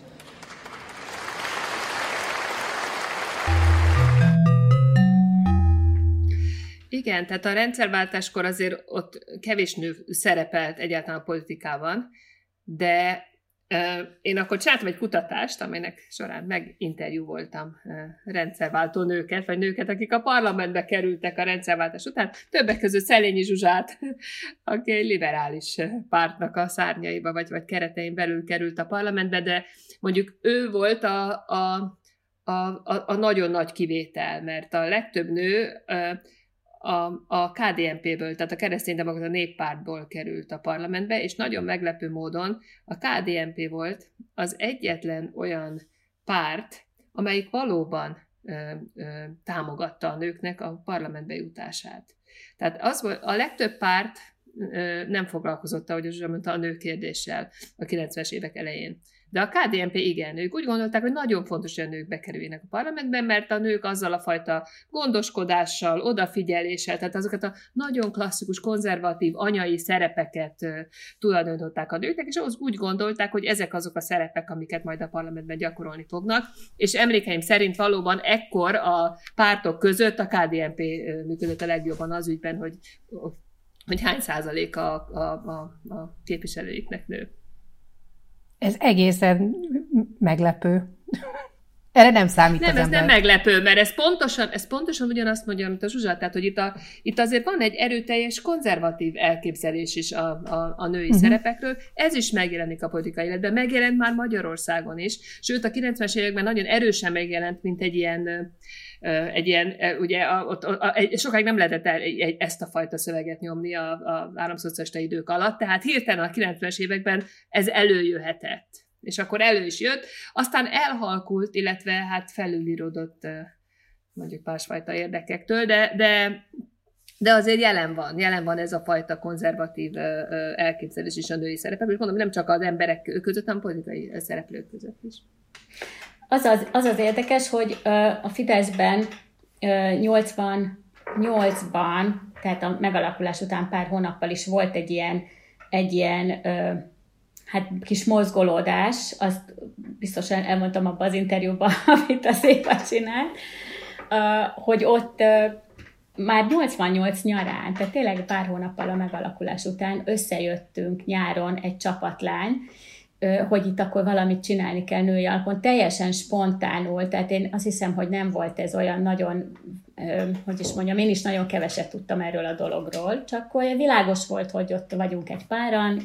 Igen, tehát a rendszerváltáskor azért ott kevés nő szerepelt egyáltalán a politikában, de Én akkor csináltam egy kutatást, amelynek során meginterjú voltam rendszerváltó nőket, vagy nőket, akik a parlamentbe kerültek a rendszerváltás után, többek között Szelényi Zsuzsát, aki egy liberális pártnak a szárnyaiba, vagy, vagy keretein belül került a parlamentbe, de mondjuk ő volt a, a, a, a, a nagyon nagy kivétel, mert a legtöbb nő a, a ká dé en pé-ből, tehát a Kereszténydemokrata Néppártból került a parlamentbe, és nagyon meglepő módon a ká dé en pé volt az egyetlen olyan párt, amelyik valóban ö, ö, támogatta a nőknek a parlamentbe jutását. Tehát az volt, a legtöbb párt ö, nem foglalkozott, ahogy a Zsuzsa mondta, a nő kérdéssel a kilencvenes évek elején. De a ká dé en pé igen, ők úgy gondolták, hogy nagyon fontos, hogy a nők bekerüljenek a parlamentben, mert a nők azzal a fajta gondoskodással, odafigyeléssel, tehát azokat a nagyon klasszikus, konzervatív anyai szerepeket uh, tulajdonították a nőknek, és ahhoz úgy gondolták, hogy ezek azok a szerepek, amiket majd a parlamentben gyakorolni fognak, és emlékeim szerint valóban ekkor a pártok között a ká dé en pé uh, működött a legjobban az ügyben, hogy, hogy hány százalék a, a, a, a képviselőiknek nő. Ez egészen meglepő. Erre nem számít nem, az ez ember. Nem meglepő, mert ez pontosan, ez pontosan ugyanazt mondja, amit a Zsuzsa, tehát hogy itt, a, itt azért van egy erőteljes konzervatív elképzelés is a, a, a női uh-huh. szerepekről. Ez is megjelenik a politikai életben, megjelent már Magyarországon is, sőt a kilencvenes években nagyon erősen megjelent, mint egy ilyen, egy ilyen ugye a, a, a, a, sokáig nem lehetett el, egy, ezt a fajta szöveget nyomni a, a államszocialista idők alatt, tehát hirtelen a kilencvenes években ez előjöhetett. És akkor elő is jött, aztán elhalkult, illetve hát felülíródott mondjuk másfajta érdekektől, de, de, de azért jelen van, jelen van ez a fajta konzervatív elképzelés is a női szerepekről, és mondom, nem csak az emberek között, hanem politikai szereplők között is. Az az, az, az érdekes, hogy a Fideszben nyolcvannyolcban, tehát a megalakulás után pár hónappal is volt egy ilyen, egy ilyen hát kis mozgolódás, azt biztosan elmondtam abban az interjúban, amit a Szépa csinált, hogy ott már nyolcvannyolc nyarán, tehát tényleg pár hónappal a megalakulás után összejöttünk nyáron egy csapatlány, hogy itt akkor valamit csinálni kell női alapon, teljesen spontánul, tehát én azt hiszem, hogy nem volt ez olyan nagyon, hogy is mondjam, én is nagyon keveset tudtam erről a dologról, csak olyan világos volt, hogy ott vagyunk egy páran,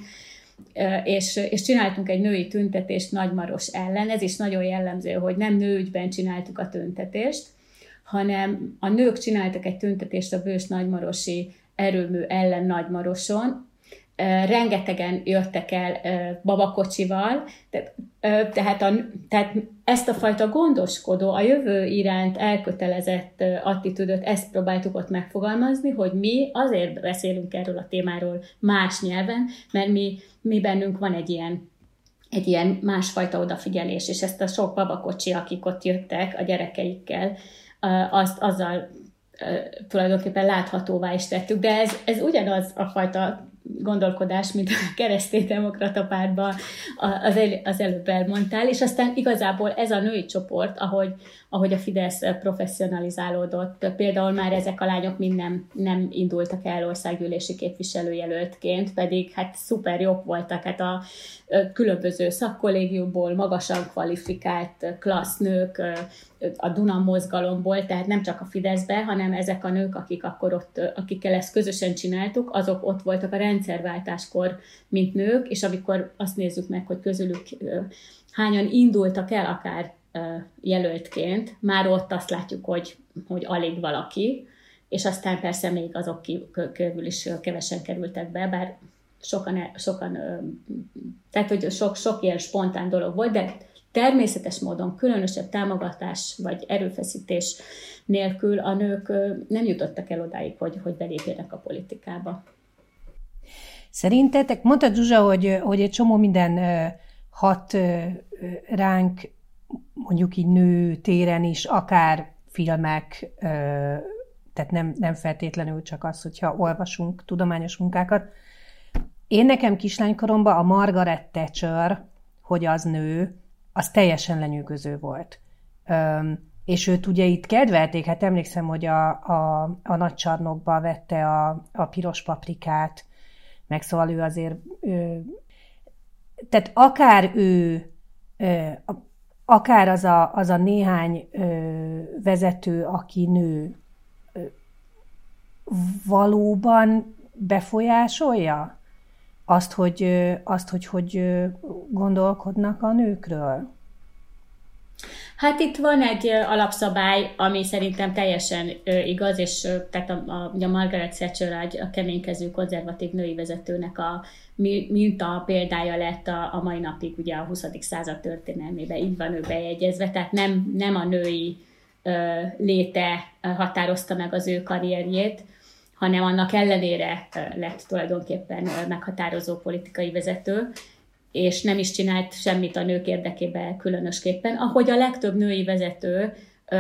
És, és csináltunk egy női tüntetést Nagymaros ellen. Ez is nagyon jellemző, hogy nem nőügyben csináltuk a tüntetést, hanem a nők csináltak egy tüntetést a bős nagymarosi erőmű ellen Nagymaroson. Rengetegen jöttek el babakocsival, tehát, a, tehát ezt a fajta gondoskodó, a jövő iránt elkötelezett attitűdöt, ezt próbáltuk ott megfogalmazni, hogy mi azért beszélünk erről a témáról más nyelven, mert mi, mi bennünk van egy ilyen, egy ilyen másfajta odafigyelés, és ezt a sok babakocsi, akik ott jöttek a gyerekeikkel, azt azzal tulajdonképpen láthatóvá is tettük, de ez, ez ugyanaz a fajta gondolkodás, mint a Kereszténydemokrata Pártban az, el, az előbb elmondtál, és aztán igazából ez a női csoport, ahogy, ahogy a Fidesz professzionalizálódott, például már ezek a lányok mind nem, nem indultak el országgyűlési képviselőjelöltként, pedig hát szuper jók voltak, hát a különböző szakkollégiumból, magasan kvalifikált klassz nők, a Duna mozgalomból, tehát nem csak a Fideszbe, hanem ezek a nők, akik akkor ott, akikkel ezt közösen csináltuk, azok ott voltak a rendszerváltáskor, mint nők, és amikor azt nézzük meg, hogy közülük hányan indultak el akár jelöltként, már ott azt látjuk, hogy, hogy alig valaki, és aztán persze még azok kívül is kevesen kerültek be, bár sokan, sokan tehát hogy sok, sok ilyen spontán dolog volt, de természetes módon különösebb támogatás vagy erőfeszítés nélkül a nők nem jutottak el odáig, hogy, hogy belépjenek a politikába. Szerintetek, mondtad Zsuzsa, hogy, hogy egy csomó minden hat ránk, mondjuk így nő téren is, akár filmek, tehát nem, nem feltétlenül csak az, hogyha olvasunk tudományos munkákat. Én nekem kislánykoromban a Margaret Thatcher, hogy az nő, az teljesen lenyűgöző volt. Öm, és őt ugye itt kedvelték, hát emlékszem, hogy a, a, a Nagycsarnokba vette a, a piros paprikát, meg szóval ő azért... Ö, tehát akár ő, akár az a, az a néhány vezető, aki nő, valóban befolyásolja azt, hogy, azt, hogy, hogy gondolkodnak a nőkről? Hát itt van egy alapszabály, ami szerintem teljesen igaz, és tehát a, a, a Margaret Thatcher, a keménykező konzervatív női vezetőnek a minta példája lett a, a mai napig ugye a huszadik század történelmében, így van ő bejegyezve, tehát nem, nem a női ö, léte határozta meg az ő karrierjét, hanem annak ellenére lett tulajdonképpen meghatározó politikai vezető, és nem is csinált semmit a nők érdekében különösképpen, ahogy a legtöbb női vezető,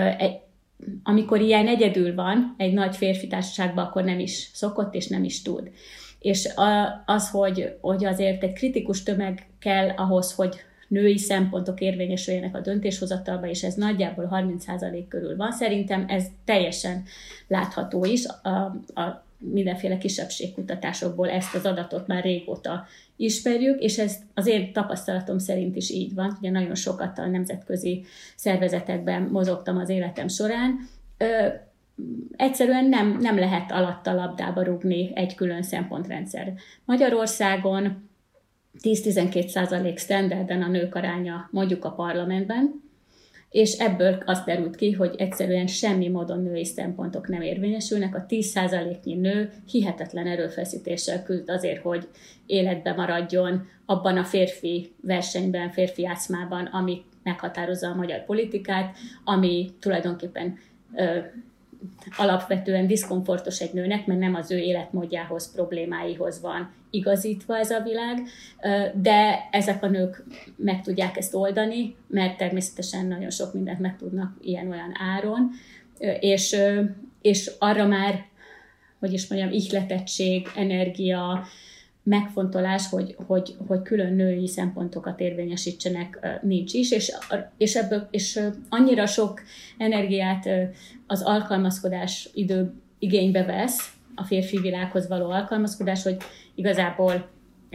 amikor ilyen egyedül van egy nagy férfi társaságban, akkor nem is szokott és nem is tud. És az, hogy, hogy azért egy kritikus tömeg kell ahhoz, hogy női szempontok érvényesüljenek a döntéshozatalba, és ez nagyjából harminc százalék körül van. Szerintem ez teljesen látható is. A, a mindenféle kisebbségkutatásokból ezt az adatot már régóta ismerjük, és ez az én tapasztalatom szerint is így van. Ugye nagyon sokat a nemzetközi szervezetekben mozogtam az életem során. Ö, egyszerűen nem, nem lehet alatt a labdába rúgni egy külön szempontrendszer. Magyarországon tíz-tizenkét százalék standarden a nők aránya mondjuk a parlamentben, és ebből azt derült ki, hogy egyszerűen semmi módon női szempontok nem érvényesülnek. A tíz százaléknyi nő hihetetlen erőfeszítéssel küzd azért, hogy életbe maradjon abban a férfi versenyben, férfi játszmában, ami meghatározza a magyar politikát, ami tulajdonképpen ö, alapvetően diszkomfortos egy nőnek, mert nem az ő életmódjához, problémáihoz van igazítva ez a világ, de ezek a nők meg tudják ezt oldani, mert természetesen nagyon sok mindent meg tudnak ilyen-olyan áron, és, és arra már, hogy is mondjam, ihletettség, energia, megfontolás, hogy, hogy, hogy külön női szempontokat érvényesítsenek, nincs is, és, és, ebből, és annyira sok energiát az alkalmazkodás idő igénybe vesz, a férfi világhoz való alkalmazkodás, hogy igazából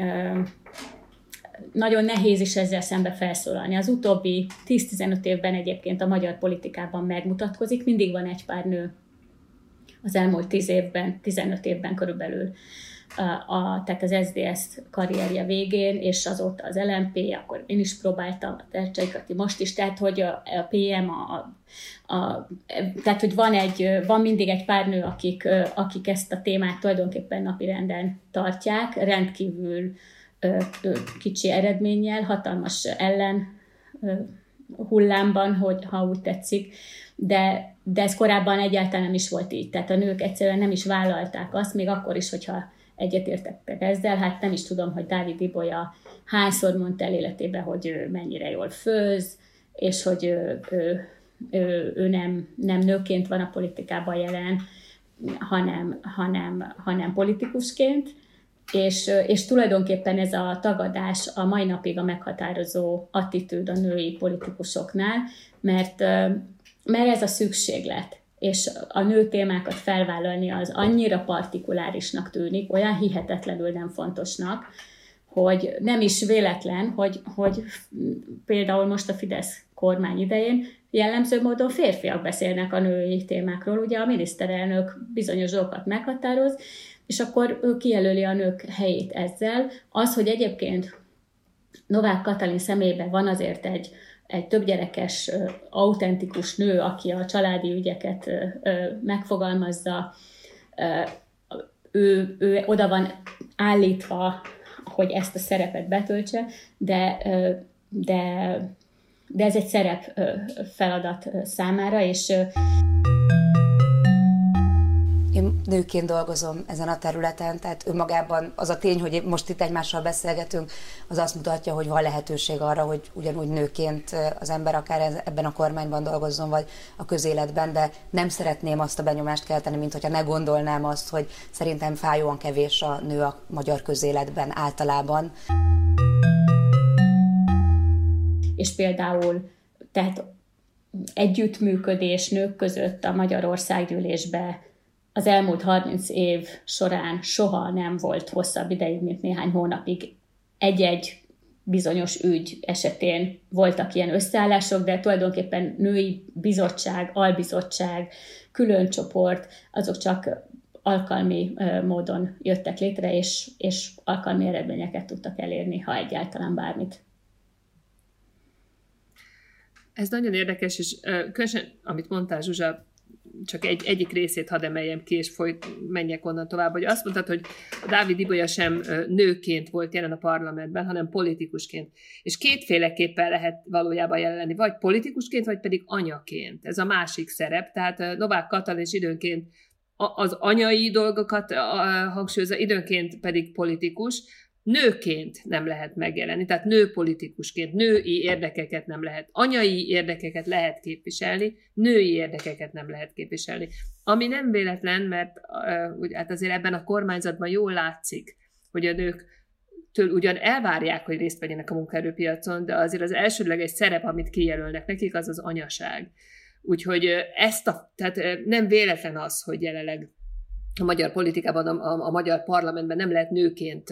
nagyon nehéz is ezzel szembe felszólalni. Az utóbbi tíz-tizenöt évben egyébként a magyar politikában megmutatkozik, mindig van egy pár nő az elmúlt tíz évben, tizenöt évben körülbelül, A, tehát az es zé es karrierje végén, és azóta az el em pé, akkor én is próbáltam, a Tercsei Kati most is, tehát hogy a, a pé em, a, a, tehát hogy van, egy, van mindig egy pár nő, akik, akik ezt a témát tulajdonképpen napirenden tartják, rendkívül ö, ö, kicsi eredménnyel, hatalmas ellen ö, hullámban, hogy, ha úgy tetszik, de, de ez korábban egyáltalán nem is volt így, tehát a nők egyszerűen nem is vállalták azt, még akkor is, hogyha egyetértettek ezzel, hát nem is tudom, hogy Dávid Ibolya hányszor mondta el életében, hogy ő mennyire jól főz, és hogy ő, ő, ő, ő nem, nem nőként van a politikában jelen, hanem, hanem, hanem politikusként, és, és tulajdonképpen ez a tagadás a mai napig a meghatározó attitűd a női politikusoknál, mert, mert ez a szükséglet. És a nő témákat felvállalni az annyira partikulárisnak tűnik, olyan hihetetlenül nem fontosnak, hogy nem is véletlen, hogy, hogy például most a Fidesz kormány idején jellemző módon férfiak beszélnek a női témákról, ugye a miniszterelnök bizonyos dolgokat meghatároz, és akkor ő kijelöli a nők helyét ezzel. Az, hogy egyébként Novák Katalin személyében van azért egy egy többgyerekes, autentikus nő, aki a családi ügyeket megfogalmazza, ő, ő oda van állítva, hogy ezt a szerepet betöltse, de, de, de ez egy szerep feladat számára, és Én nőként dolgozom ezen a területen, tehát önmagában az a tény, hogy most itt egymással beszélgetünk, az azt mutatja, hogy van lehetőség arra, hogy ugyanúgy nőként az ember akár ebben a kormányban dolgozzon, vagy a közéletben, de nem szeretném azt a benyomást kelteni, mint hogyha ne gondolnám azt, hogy szerintem fájóan kevés a nő a magyar közéletben általában. És például, tehát együttműködés nők között a Magyar Országgyűlésbe az elmúlt harminc év során soha nem volt hosszabb ideig, mint néhány hónapig egy-egy bizonyos ügy esetén voltak ilyen összeállások, de tulajdonképpen női bizottság, albizottság, külön csoport, azok csak alkalmi módon jöttek létre, és, és alkalmi eredményeket tudtak elérni, ha egyáltalán bármit. Ez nagyon érdekes, és különösen, amit mondtál, Zsuzsa, csak egy, egyik részét hadd emeljem ki, és folyt, menjek onnan tovább, hogy azt mondtad, hogy Dávid Ibolya sem nőként volt jelen a parlamentben, hanem politikusként. És kétféleképpen lehet valójában jelen lenni, vagy politikusként, vagy pedig anyaként. Ez a másik szerep, tehát Novák Katalin is időnként az anyai dolgokat hangsúlyozza, időnként pedig politikus. Nőként nem lehet megjelenni, tehát nőpolitikusként, női érdekeket nem lehet, anyai érdekeket lehet képviselni, női érdekeket nem lehet képviselni. Ami nem véletlen, mert uh, hát azért ebben a kormányzatban jól látszik, hogy a nőktől ugyan elvárják, hogy részt vegyenek a munkaerőpiacon, de azért az elsődleges szerep, amit kijelölnek nekik, az az anyaság. Úgyhogy ezt a, tehát nem véletlen az, hogy jelenleg a magyar politikában, a, a, a magyar parlamentben nem lehet nőként ö,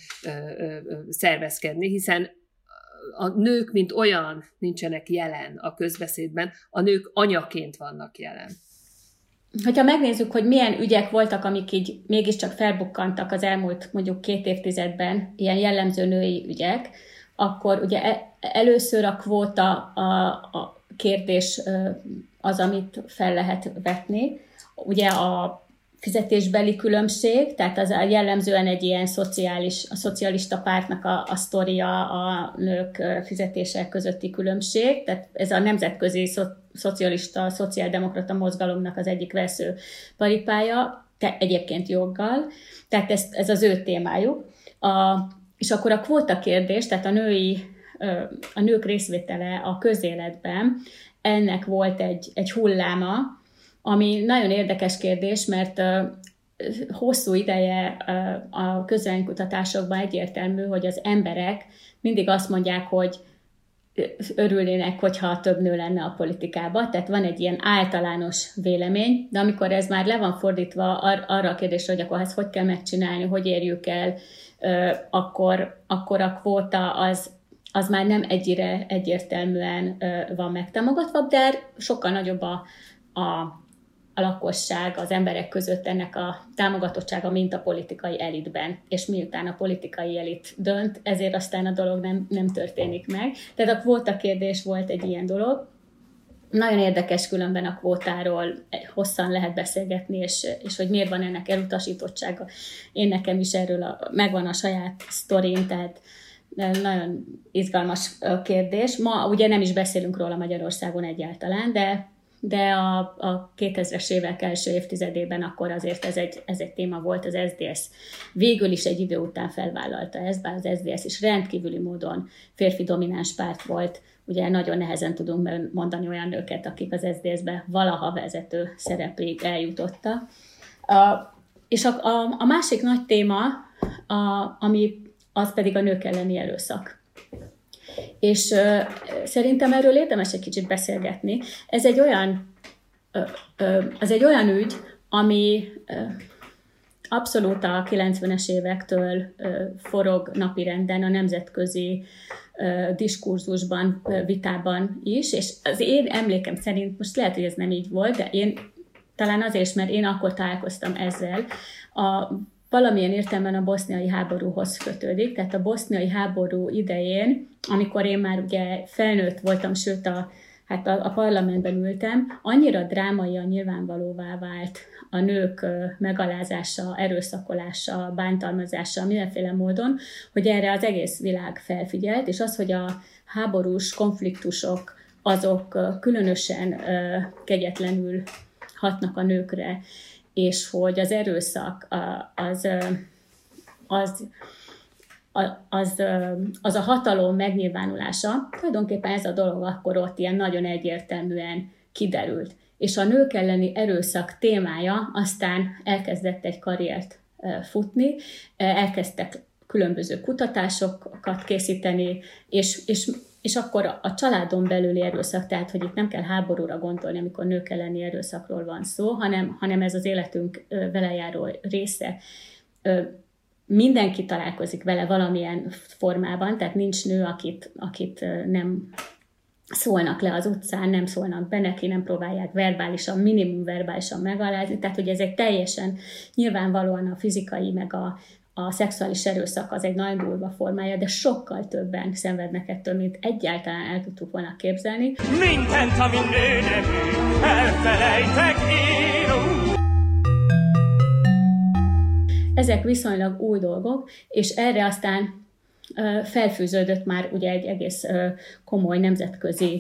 ö, ö, szervezkedni, hiszen a nők, mint olyan, nincsenek jelen a közbeszédben, a nők anyaként vannak jelen. Hogyha megnézzük, hogy milyen ügyek voltak, amik így mégiscsak felbukkantak az elmúlt mondjuk két évtizedben, ilyen jellemző női ügyek, akkor ugye először a kvóta a, a kérdés az, amit fel lehet vetni. Ugye a fizetésbeli különbség, tehát az jellemzően egy ilyen szociális, a szocialista pártnak a, a sztoria a nők fizetése közötti különbség, tehát ez a nemzetközi szo, szocialista, szociáldemokrata mozgalomnak az egyik vesző paripája, te, egyébként joggal, tehát ez, ez az ő témájuk. A, és akkor a kvóta kérdés, tehát a női, a nők részvétele a közéletben, ennek volt egy, egy hulláma, ami nagyon érdekes kérdés, mert uh, hosszú ideje uh, a közvéleménykutatásokban egyértelmű, hogy az emberek mindig azt mondják, hogy örülnének, hogyha több nő lenne a politikában, tehát van egy ilyen általános vélemény, de amikor ez már le van fordítva ar- arra a kérdésre, hogy akkor ezt hogy kell megcsinálni, hogy érjük el, uh, akkor, akkor a kvóta az az már nem egyre egyértelműen uh, van megtámogatva, de sokkal nagyobb a, a a lakosság, az emberek között ennek a támogatottsága, mint a politikai elitben. És miután a politikai elit dönt, ezért aztán a dolog nem, nem történik meg. Tehát a kvóta kérdés volt egy ilyen dolog. Nagyon érdekes különben a kvótáról, hosszan lehet beszélgetni, és, és hogy miért van ennek elutasítottsága. Én nekem is erről a, megvan a saját sztorim, tehát nagyon izgalmas kérdés. Ma ugye nem is beszélünk róla Magyarországon egyáltalán, de de a, a kétezres évek első évtizedében akkor azért ez egy, ez egy téma volt, az es zé dé es végül is egy idő után felvállalta ezt, bár az es zé dé es is rendkívüli módon férfi domináns párt volt, ugye nagyon nehezen tudunk mondani olyan nőket, akik az es zé dé es-be valaha vezető szerepig eljutottak. A, és a, a, a másik nagy téma, a, ami az pedig a nők elleni erőszak. És uh, szerintem erről érdemes egy kicsit beszélgetni. Ez egy olyan, uh, uh, az egy olyan ügy, ami uh, abszolút a kilencvenes évektől uh, forog napirenden a nemzetközi uh, diskurzusban, uh, vitában is, és az én emlékem szerint, most lehet, hogy ez nem így volt, de én talán azért, mert én akkor találkoztam ezzel, a valamilyen értelemben a boszniai háborúhoz kötődik. Tehát a boszniai háború idején, amikor én már ugye felnőtt voltam, sőt a, hát a, a parlamentben ültem, annyira drámaian nyilvánvalóvá vált a nők megalázása, erőszakolása, bántalmazása mindenféle módon, hogy erre az egész világ felfigyelt, és az, hogy a háborús konfliktusok azok különösen kegyetlenül hatnak a nőkre, és hogy az erőszak az, az, az, az a hatalom megnyilvánulása, tulajdonképpen ez a dolog akkor ott ilyen nagyon egyértelműen kiderült. És a nők elleni erőszak témája aztán elkezdett egy karriert futni, elkezdtek különböző kutatásokat készíteni, és, és És akkor a családon belüli erőszak, tehát hogy itt nem kell háborúra gondolni, amikor nők elleni erőszakról van szó, hanem, hanem ez az életünk vele járó része. mindenki találkozik vele valamilyen formában, tehát nincs nő, akit, akit nem szólnak le az utcán, nem szólnak be neki, nem próbálják verbálisan, minimum verbálisan megalázni, tehát hogy ez egy teljesen nyilvánvalóan a fizikai, meg a, a szexuális erőszak az egy nagyon durva formája, de sokkal többen szenvednek ettől, mint egyáltalán el tudtuk volna képzelni. Mindent, ami nő nevű, elfelejtek én. Ezek viszonylag új dolgok, és erre aztán felfűződött már ugye egy egész komoly nemzetközi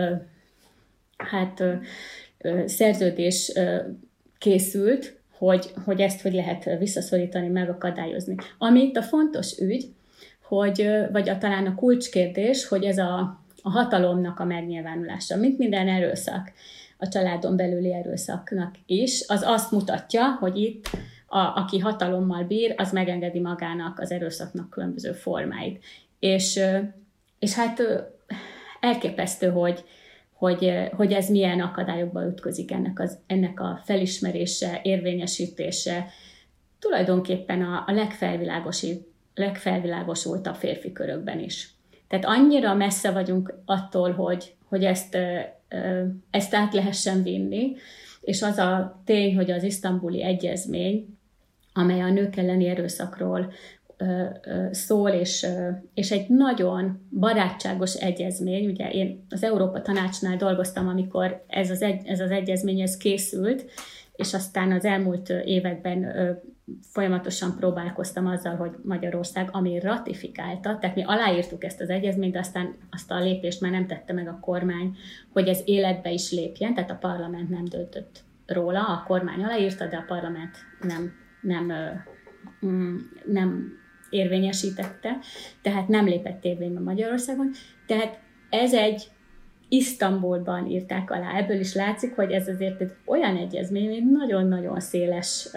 hát, szerződés készült, hogy, hogy ezt hogy lehet visszaszorítani, megakadályozni. Ami itt a fontos ügy, hogy, vagy a, talán a kulcskérdés, hogy ez a, a hatalomnak a megnyilvánulása, mint minden erőszak, a családon belüli erőszaknak is, az azt mutatja, hogy itt A, aki hatalommal bír, az megengedi magának az erőszaknak különböző formáit. És, és hát elképesztő, hogy, hogy, hogy ez milyen akadályokba ütközik ennek, az, ennek a felismerése, érvényesítése. Tulajdonképpen a, a legfelvilágosultabb férfi körökben is. Tehát annyira messze vagyunk attól, hogy, hogy ezt, ezt át lehessen vinni, és az a tény, hogy az isztambuli egyezmény, amely a nők elleni erőszakról ö, ö, szól, és, ö, és egy nagyon barátságos egyezmény. Ugye én az Európa Tanácsnál dolgoztam, amikor ez az, egy, ez az egyezmény ez készült, és aztán az elmúlt években ö, folyamatosan próbálkoztam azzal, hogy Magyarország, ami ratifikálta, tehát mi aláírtuk ezt az egyezményt, de aztán azt a lépést már nem tette meg a kormány, hogy ez életbe is lépjen, tehát a parlament nem döntött róla, a kormány aláírta, de a parlament nem, nem, nem érvényesítette, tehát nem lépett érvénybe Magyarországon. Tehát ez egy Isztambulban írták alá. Ebből is látszik, hogy ez azért egy olyan egyezmény, hogy nagyon-nagyon széles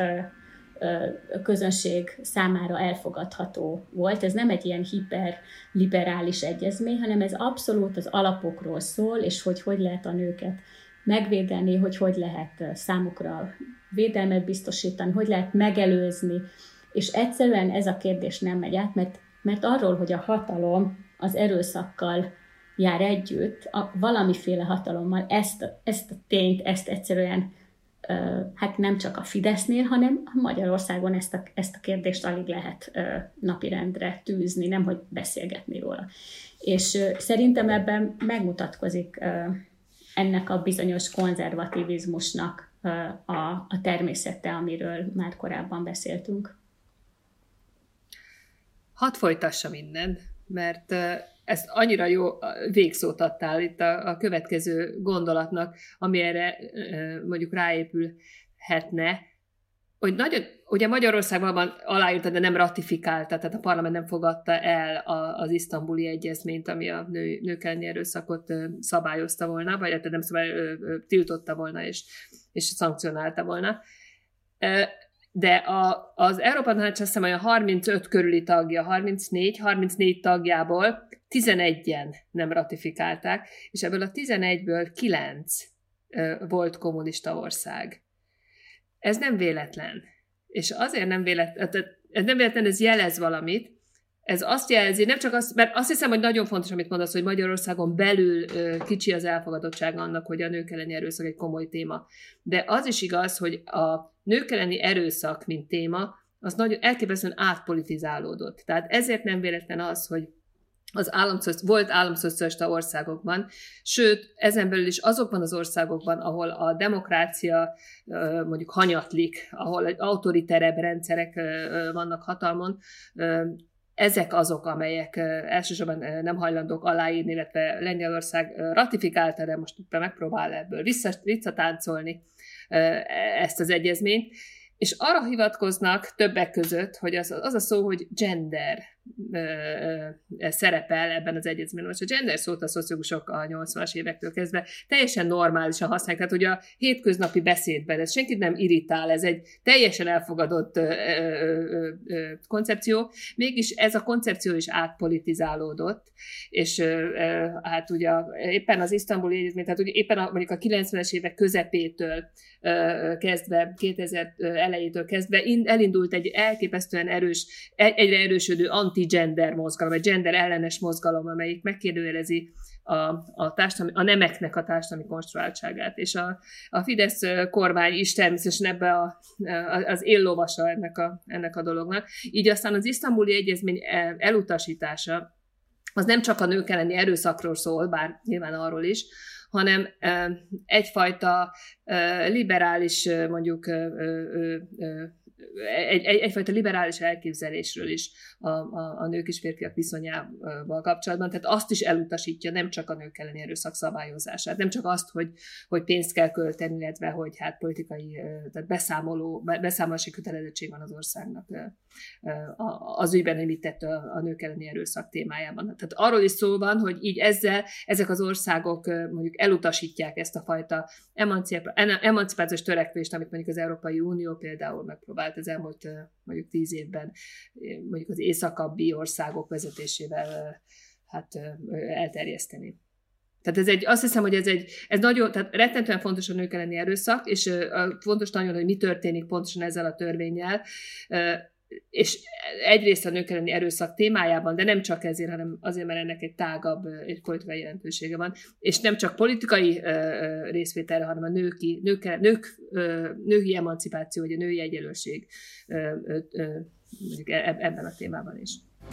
közönség számára elfogadható volt. Ez nem egy ilyen hiperliberális egyezmény, hanem ez abszolút az alapokról szól, és hogy hogy lehet a nőket megvédeni, hogy hogy lehet számukra védelmet biztosítani, hogy lehet megelőzni, és egyszerűen ez a kérdés nem megy át, mert, mert arról, hogy a hatalom az erőszakkal jár együtt, a valamiféle hatalommal, ezt, ezt a tényt, ezt egyszerűen hát nem csak a Fidesznél, hanem Magyarországon ezt a, ezt a kérdést alig lehet napirendre tűzni, nemhogy beszélgetni róla. És szerintem ebben megmutatkozik ennek a bizonyos konzervativizmusnak a, a természete, amiről már korábban beszéltünk. Hadd folytassa minden, mert ezt annyira jó végszót adtál itt a, a következő gondolatnak, ami erre mondjuk ráépülhetne, hogy nagyon, ugye Magyarországban aláírta, de nem ratifikálta, tehát a parlament nem fogadta el a, az isztambuli egyezményt, ami a nő, nők elleni erőszakot szabályozta volna, vagy nem szabály, tiltotta volna és, és szankcionálta volna. De a, az Európa Tanács azt hiszem olyan harmincöt körüli tagja, harmincnégy, harmincnégy tagjából tizenegyen nem ratifikálták, és ebből a tizenegyből kilenc volt kommunista ország. Ez nem véletlen. És azért nem véletlen, ez nem véletlen, ez jelez valamit. Ez azt jelzi, nem csak azt, mert azt hiszem, hogy nagyon fontos, amit mondasz, hogy Magyarországon belül kicsi az elfogadottsága annak, hogy a nők elleni erőszak egy komoly téma. De az is igaz, hogy a nők elleni erőszak, mint téma, az nagyon elképesztően átpolitizálódott. Tehát ezért nem véletlen az, hogy az államszoci, volt államszocialista országokban, sőt, ezen belül is azokban az országokban, ahol a demokrácia mondjuk hanyatlik, ahol egy autoriterebb rendszerek vannak hatalmon, ezek azok, amelyek elsősorban nem hajlandók aláírni, illetve Lengyelország ratifikálta, de most megpróbál ebből visszatáncolni ezt az egyezményt, és arra hivatkoznak többek között, hogy az, az a szó, hogy gender, ö, ö, szerepel ebben az egyezményben. Most a gender szót a szociológusok a nyolcvanas évektől kezdve teljesen normálisan használják, tehát hogy a hétköznapi beszédben ez senkit nem irritál, ez egy teljesen elfogadott ö, ö, ö, ö, koncepció, mégis ez a koncepció is átpolitizálódott, és ö, ö, hát ugye éppen az isztambuli egyezmény, tehát ugye éppen a, mondjuk a kilencvenes évek közepétől ö, kezdve, kétezer elejétől kezdve elindult egy elképesztően erős, egyre erősödő anti-gender mozgalom, egy gender ellenes mozgalom, amelyik megkérdőjelezi a, a, társadalmi, a nemeknek a társadalmi konstruáltságát. És a, a Fidesz kormány is természetesen ebbe a, az éllovasa ennek a, ennek a dolognak. Így aztán az isztambuli egyezmény elutasítása az nem csak a nők elleni erőszakról szól, bár nyilván arról is, hanem egyfajta liberális, mondjuk egy, egy, egyfajta liberális elképzelésről is a, a, a nők és férfiak viszonyával kapcsolatban. Tehát azt is elutasítja, nem csak a nők elleni erőszak szabályozását, nem csak azt, hogy, hogy pénzt kell költeni, illetve hogy hát politikai, tehát beszámoló, beszámolási kötelezettség van az országnak az ügyben, hogy mit tett a, a nők elleni erőszak témájában. Tehát arról is szó van, hogy így ezzel ezek az országok mondjuk elutasítják ezt a fajta emancipációs törekvést, amit mondjuk az Európai Unió például megpróbált az elmúlt mondjuk tíz évben mondjuk az északabbi országok vezetésével hát elterjeszteni. Tehát ez egy, azt hiszem, hogy ez egy, ez nagyon, tehát rettentően fontos a nők elleni erőszak, és fontos nagyon, hogy mi történik pontosan ezzel a törvénnyel, és egyrészt a nők elleni erőszak témájában, de nem csak ezért, hanem azért, mert ennek egy tágabb, egy politikai jelentősége van, és nem csak politikai uh, részvételre, hanem a nőki, nők, nők, uh, női emancipáció, vagy a női egyenlőség uh, uh, mondjuk ebben a témában is.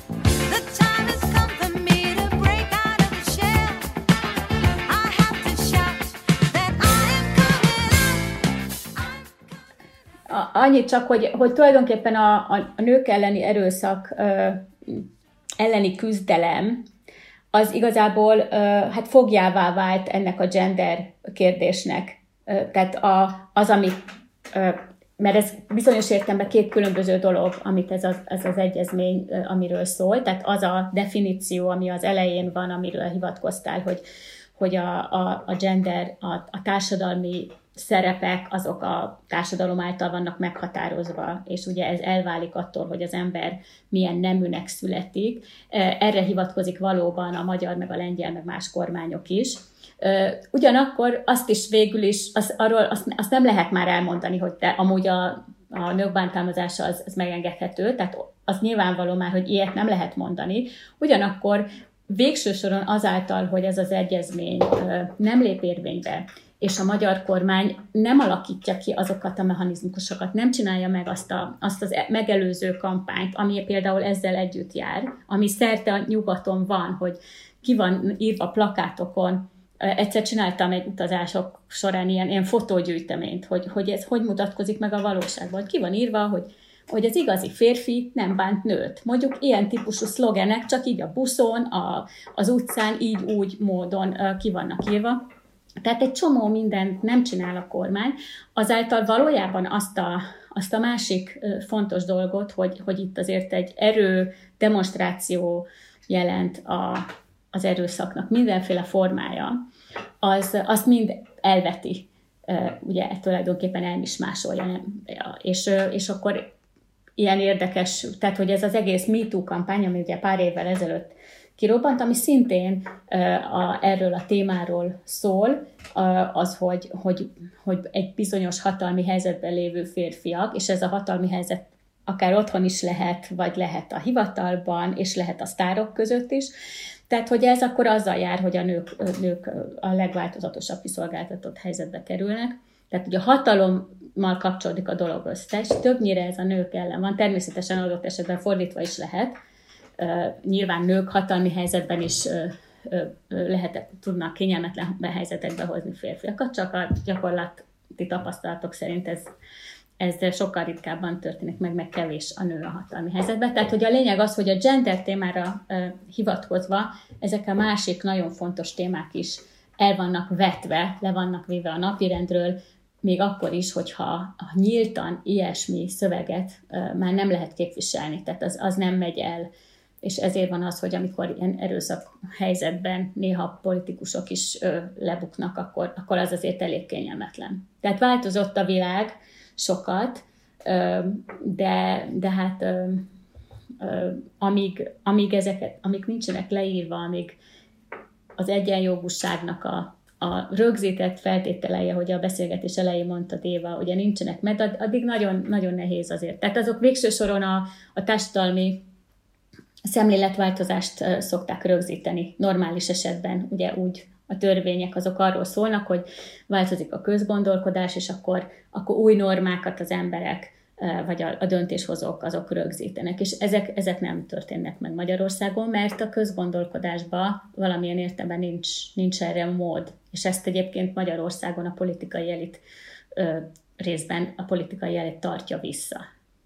Annyit csak, hogy, hogy tulajdonképpen a, a, a nők elleni erőszak ö, elleni küzdelem az igazából ö, hát fogjává vált ennek a gender kérdésnek. Ö, tehát a, az, ami, ö, mert ez bizonyos értelemben két különböző dolog, amit ez az, ez az egyezmény, ö, amiről szól. Tehát az a definíció, ami az elején van, amiről hivatkoztál, hogy, hogy a, a, a gender, a, a társadalmi szerepek, azok a társadalom által vannak meghatározva, és ugye ez elválik attól, hogy az ember milyen neműnek születik. Erre hivatkozik valóban a magyar, meg a lengyel, meg más kormányok is. Ugyanakkor azt is végül is, az, arról azt, azt nem lehet már elmondani, hogy te, amúgy a, a nők bántalmazása az, az megengedhető, tehát az nyilvánvaló már, hogy ilyet nem lehet mondani. Ugyanakkor végső soron azáltal, hogy ez az egyezmény nem lép érvénybe, és a magyar kormány nem alakítja ki azokat a mechanizmusokat, nem csinálja meg azt, a, azt az megelőző kampányt, ami például ezzel együtt jár, ami szerte a nyugaton van, hogy ki van írva plakátokon. Egyszer csináltam egy utazások során ilyen, ilyen fotógyűjteményt, hogy, hogy ez hogy mutatkozik meg a valóságban. Ki van írva, hogy, hogy az igazi férfi nem bánt nőt. Mondjuk ilyen típusú szlogenek csak így a buszon, a, az utcán, így úgy módon ki vannak írva. Tehát egy csomó mindent nem csinál a kormány, azáltal valójában azt a, azt a másik fontos dolgot, hogy, hogy itt azért egy erő demonstráció jelent a, az erőszaknak mindenféle formája, az, azt mind elveti, ugye tulajdonképpen elmismásolja. És, és akkor ilyen érdekes, tehát hogy ez az egész MeToo kampány, ami ugye pár évvel ezelőtt kirobbant, ami szintén uh, a, erről a témáról szól, uh, az, hogy, hogy, hogy egy bizonyos hatalmi helyzetben lévő férfiak, és ez a hatalmi helyzet akár otthon is lehet, vagy lehet a hivatalban, és lehet a sztárok között is. Tehát, hogy ez akkor azzal jár, hogy a nők, nők a legváltozatosabb kiszolgáltatott helyzetbe kerülnek. Tehát ugye a hatalommal kapcsolódik a dolog össze, és többnyire ez a nők ellen van. Természetesen adott esetben fordítva is lehet. Uh, nyilván nők hatalmi helyzetben is uh, uh, lehetett, tudnak kényelmetlen helyzetekbe hozni férfiakat, csak a gyakorlati tapasztalatok szerint ez, ez sokkal ritkábban történik meg, meg kevés a nő a hatalmi helyzetben. Tehát, hogy a lényeg az, hogy a gender témára uh, hivatkozva ezek a másik nagyon fontos témák is el vannak vetve, le vannak véve a napirendről, még akkor is, hogyha nyíltan ilyesmi szöveget uh, már nem lehet képviselni, tehát az, az nem megy el. és ezért van az, hogy amikor ilyen erőszak helyzetben néha politikusok is ö, lebuknak, akkor, akkor az azért elég kényelmetlen. Tehát változott a világ sokat, ö, de, de hát ö, ö, amíg, amíg, ezeket, amíg nincsenek leírva, amíg az egyenjogúságnak a a rögzített feltételei, hogy a beszélgetés elején mondta Éva, ugye nincsenek, mert addig nagyon, nagyon nehéz azért. Tehát azok végső soron a, a társadalmi szemléletváltozást szokták rögzíteni normális esetben, ugye úgy a törvények azok arról szólnak, hogy változik a közgondolkodás, és akkor, akkor új normákat az emberek vagy a, a döntéshozók azok rögzítenek. És ezek, ezek nem történnek meg Magyarországon, mert a közgondolkodásban valamilyen értelemben nincs, nincs erre mód. És ezt egyébként Magyarországon a politikai elit ö, részben a politikai elit tartja vissza.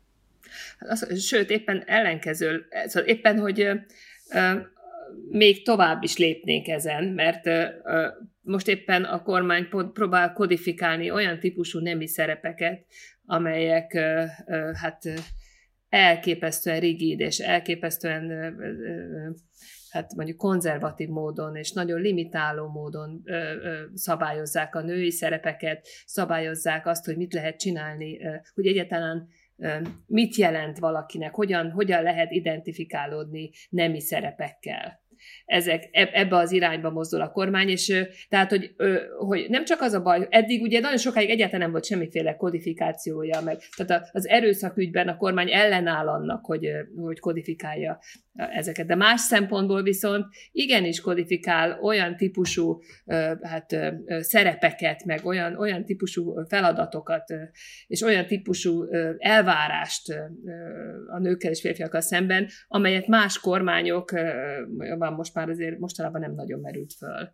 Az, sőt, éppen ellenkező, szóval éppen, hogy ö, ö, még tovább is lépnénk ezen, mert ö, ö, most éppen a kormány próbál kodifikálni olyan típusú nemi szerepeket, amelyek ö, ö, hát elképesztően rigid és elképesztően ö, ö, hát mondjuk konzervatív módon és nagyon limitáló módon ö, ö, szabályozzák a női szerepeket, szabályozzák azt, hogy mit lehet csinálni, ö, hogy egyáltalán ö, mit jelent valakinek, hogyan, hogyan lehet identifikálódni nemi szerepekkel. Ezek, ebbe az irányba mozdul a kormány, és tehát, hogy, hogy nem csak az a baj, eddig ugye nagyon sokáig egyáltalán nem volt semmiféle kodifikációja, meg, tehát az erőszakügyben a kormány ellenáll annak, hogy, hogy kodifikálja ezeket. De más szempontból viszont igenis kodifikál olyan típusú hát, szerepeket, meg olyan, olyan típusú feladatokat, és olyan típusú elvárást a nőkkel és férfiakkal szemben, amelyet más kormányok most már azért mostanában nem nagyon merült föl.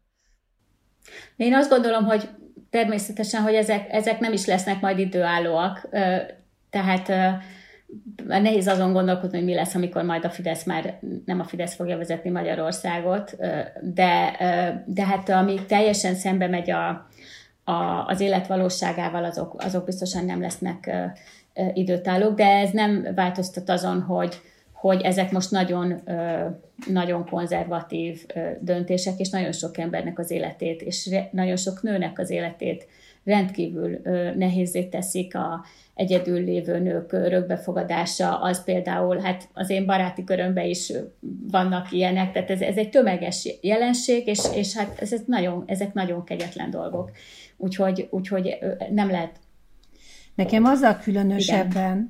Én azt gondolom, hogy természetesen, hogy ezek, ezek nem is lesznek majd időállóak, tehát nehéz azon gondolkodni, hogy mi lesz, amikor majd a Fidesz már nem a Fidesz fogja vezetni Magyarországot, de, de hát amíg teljesen szembe megy a, a, az élet valóságával, azok, azok biztosan nem lesznek időtállók, de ez nem változtat azon, hogy hogy ezek most nagyon, nagyon konzervatív döntések, és nagyon sok embernek az életét, és nagyon sok nőnek az életét rendkívül nehézzé teszik a egyedül lévő nők örökbefogadása. Az például, hát az én baráti körömben is vannak ilyenek, tehát ez, ez egy tömeges jelenség, és, és hát ez, ez nagyon, ezek nagyon kegyetlen dolgok. Úgyhogy, úgyhogy nem lehet. Nekem az a különösebben...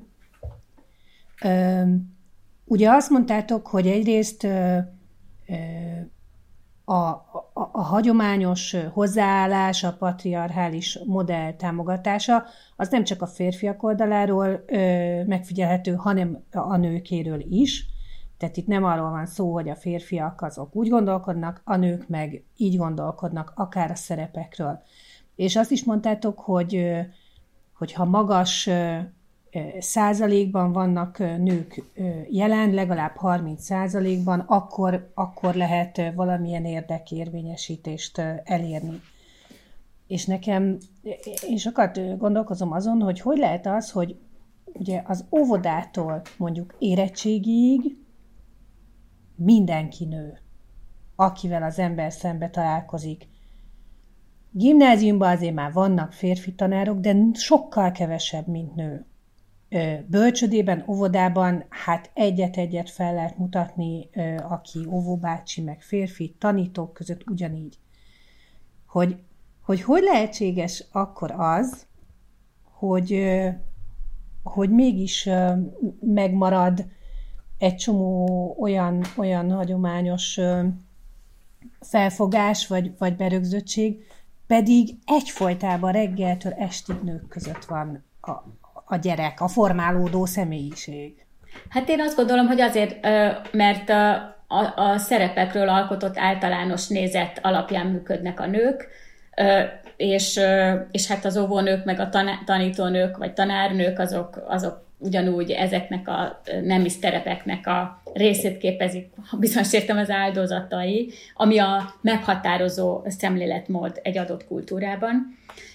Ö, Ugye azt mondtátok, hogy egyrészt ö, ö, a, a, a hagyományos hozzáállás, a patriarchális modell támogatása, az nem csak a férfiak oldaláról ö, megfigyelhető, hanem a nőkéről is. Tehát itt nem arról van szó, hogy a férfiak azok úgy gondolkodnak, a nők meg így gondolkodnak, akár a szerepekről. És azt is mondtátok, hogy, hogy ha magas százalékban vannak nők jelen, legalább harminc százalékban, akkor, akkor lehet valamilyen érdekérvényesítést elérni. És nekem, én sokat gondolkozom azon, hogy hogy lehet az, hogy ugye az óvodától mondjuk érettségig mindenki nő, akivel az ember szembe találkozik. Gimnáziumban azért már vannak férfi tanárok, de sokkal kevesebb, mint nő. Bölcsödében, óvodában hát egyet-egyet fel lehet mutatni, aki óvóbácsi, meg férfi, tanítók között ugyanígy. Hogy hogy, hogy lehetséges akkor az, hogy, hogy mégis megmarad egy csomó olyan, olyan hagyományos felfogás, vagy, vagy berögzöttség, pedig egyfolytában reggeltől estig nők között van a, a gyerek, a formálódó személyiség. Hát én azt gondolom, hogy azért, mert a, a, a szerepekről alkotott általános nézet alapján működnek a nők, és, és hát az óvónők, meg a tanítónők, vagy tanárnők, azok, azok ugyanúgy ezeknek a nemi szerepeknek a részét képezik, bizonyos értem az áldozatai, ami a meghatározó szemléletmód egy adott kultúrában.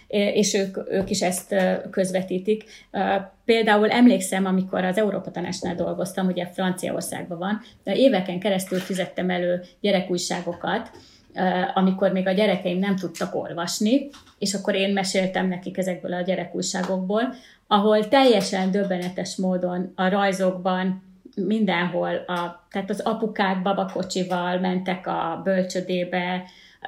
és ők, ők is ezt közvetítik. Például emlékszem, amikor az Európa Tanácsnál dolgoztam, ugye Franciaországban van, de éveken keresztül fizettem elő gyerekújságokat, amikor még a gyerekeim nem tudtak olvasni, és akkor én meséltem nekik ezekből a gyerekújságokból, ahol teljesen döbbenetes módon a rajzokban mindenhol, a, tehát az apukák babakocsival mentek a bölcsödébe,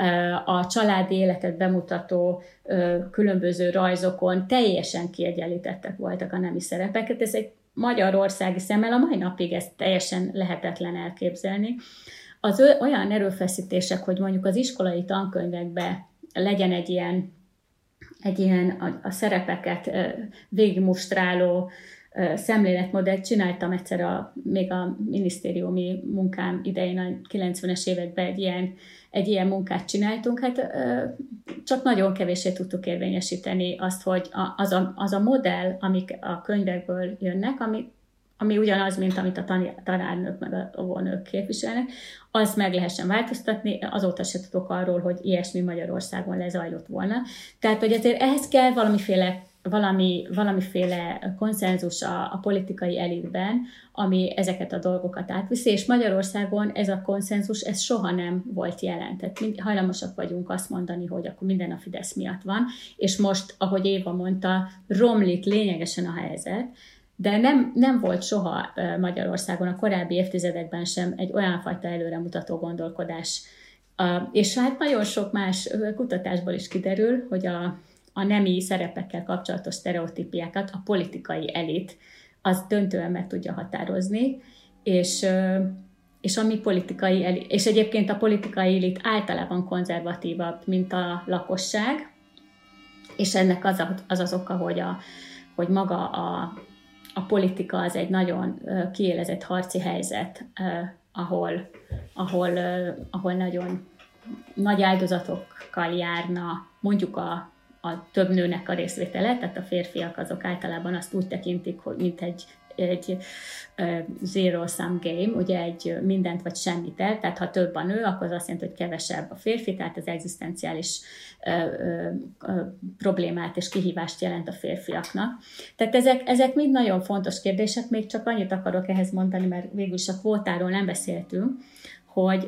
a családi életet bemutató különböző rajzokon teljesen kiegyenlítettek voltak a nemi szerepeket. Ez egy magyarországi szemmel a mai napig ezt teljesen lehetetlen elképzelni. Az olyan erőfeszítések, hogy mondjuk az iskolai tankönyvekben legyen egy ilyen, egy ilyen a, a szerepeket végigmustráló szemléletmodellt, csináltam egyszer a, még a minisztériumi munkám idején, a kilencvenes években egy ilyen, egy ilyen munkát csináltunk, hát csak nagyon kevéssé tudtuk érvényesíteni azt, hogy az a, az a modell, amik a könyvekből jönnek, ami, ami ugyanaz, mint amit a tanárnők meg a óvónők képviselnek, azt meg lehessen változtatni, azóta se tudok arról, hogy ilyesmi Magyarországon lezajlott volna. Tehát, hogy azért ehhez kell valamiféle Valami, valamiféle konszenzus a, a politikai elitben, ami ezeket a dolgokat átviszi, és Magyarországon ez a konszenzus, ez soha nem volt jelen. Tehát mind, hajlamosak vagyunk azt mondani, hogy akkor minden a Fidesz miatt van, és most, ahogy Éva mondta, romlik lényegesen a helyzet, de nem, nem volt soha Magyarországon a korábbi évtizedekben sem egy olyan fajta előremutató gondolkodás. És hát nagyon sok más kutatásból is kiderül, hogy a a nemi szerepekkel kapcsolatos sztereotípiákat a politikai elit az döntően meg tudja határozni, és, és, ami politikai elit, és egyébként a politikai elit általában konzervatívabb, mint a lakosság, és ennek az a, az, az oka, hogy, a, hogy maga a, a politika az egy nagyon kiélezett harci helyzet, ahol, ahol, ahol nagyon nagy áldozatokkal járna mondjuk a a több nőnek a részvétele, tehát a férfiak azok általában azt úgy tekintik, hogy mint egy, egy uh, zero-sum game, ugye egy mindent vagy semmit el, tehát ha több a nő, akkor az azt jelenti, hogy kevesebb a férfi, tehát az egzisztenciális uh, uh, uh, problémát és kihívást jelent a férfiaknak. Tehát ezek, ezek mind nagyon fontos kérdések, még csak annyit akarok ehhez mondani, mert végül is a kvótáról nem beszéltünk, hogy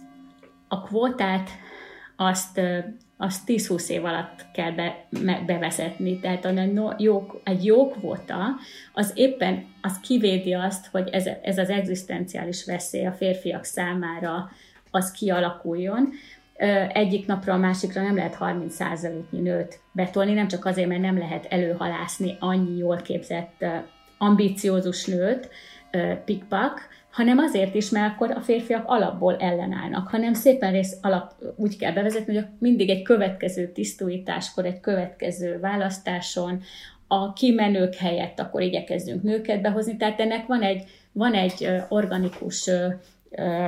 a kvótát azt azt tíz-húsz év alatt kell be, bevezetni. Tehát a jó, egy jó kvóta, az éppen az kivédi azt, hogy ez, ez az egzisztenciális veszély a férfiak számára az kialakuljon. Egyik napra a másikra nem lehet harminc százaléknyi nőt betolni, nem csak azért, mert nem lehet előhalászni annyi jól képzett, ambíciózus nőt, pikpak, hanem azért is, mert akkor a férfiak alapból ellenállnak, hanem szépen rész alap úgy kell bevezetni, hogy mindig egy következő tisztújításkor, egy következő választáson a kimenők helyett akkor igyekezzünk nőket behozni. Tehát ennek van egy, van egy organikus ö, ö,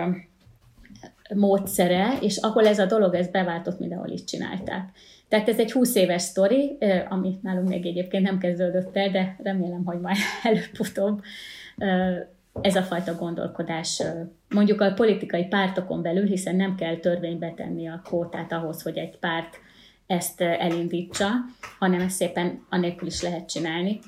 módszere, és ahol ez a dolog, ez beváltott, mindenhol így csinálták. Tehát ez egy húsz éves sztori, ami nálunk még egyébként nem kezdődött el, de remélem, hogy majd előbb-utóbb ez a fajta gondolkodás mondjuk a politikai pártokon belül, hiszen nem kell törvénybe tenni a kvótát ahhoz, hogy egy párt ezt elindítsa, hanem ezt szépen anélkül is lehet csinálni.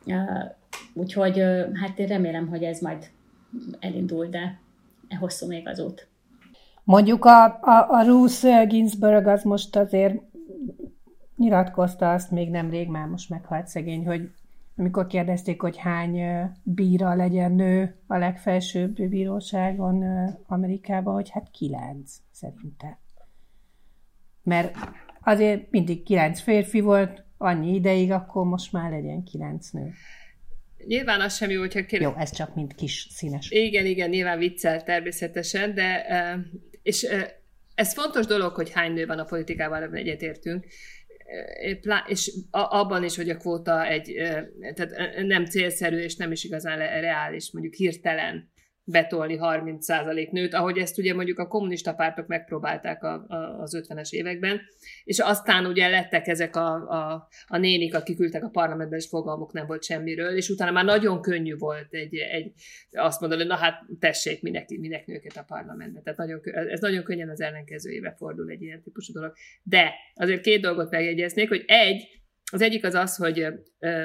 Úgyhogy hát én remélem, hogy ez majd elindul, de hosszú még az út. Mondjuk a, a, a Ruth Ginsburg az most azért nyilatkozta azt még nemrég, már most meghalt szegény, hogy amikor kérdezték, hogy hány bíra legyen nő a legfelsőbb bíróságon Amerikában, hogy hát kilenc szerinte. Mert azért mindig kilenc férfi volt, annyi ideig, akkor most már legyen kilenc nő. Nyilván az sem jó, hogyha... Kér... Jó, ez csak mind kis színes. Igen, igen, nyilván viccel természetesen, de és ez fontos dolog, hogy hány nő van a politikában, ebben egyetértünk, és abban is, hogy a kvóta egy, tehát nem célszerű, és nem is igazán reális, mondjuk hirtelen betolni harminc százalék nőt, ahogy ezt ugye mondjuk a kommunista pártok megpróbálták a, a, az ötvenes években, és aztán ugye lettek ezek a, a, a nénik, akik ültek a parlamentben, és fogalmuk nem volt semmiről, és utána már nagyon könnyű volt egy, egy azt mondani, hogy na hát tessék, minek, minek nőket a parlamentben. Tehát nagyon, ez nagyon könnyen az ellenkezőjébe fordul egy ilyen típusú dolog. De azért két dolgot megjegyeznék, hogy egy, az egyik az az, hogy ö,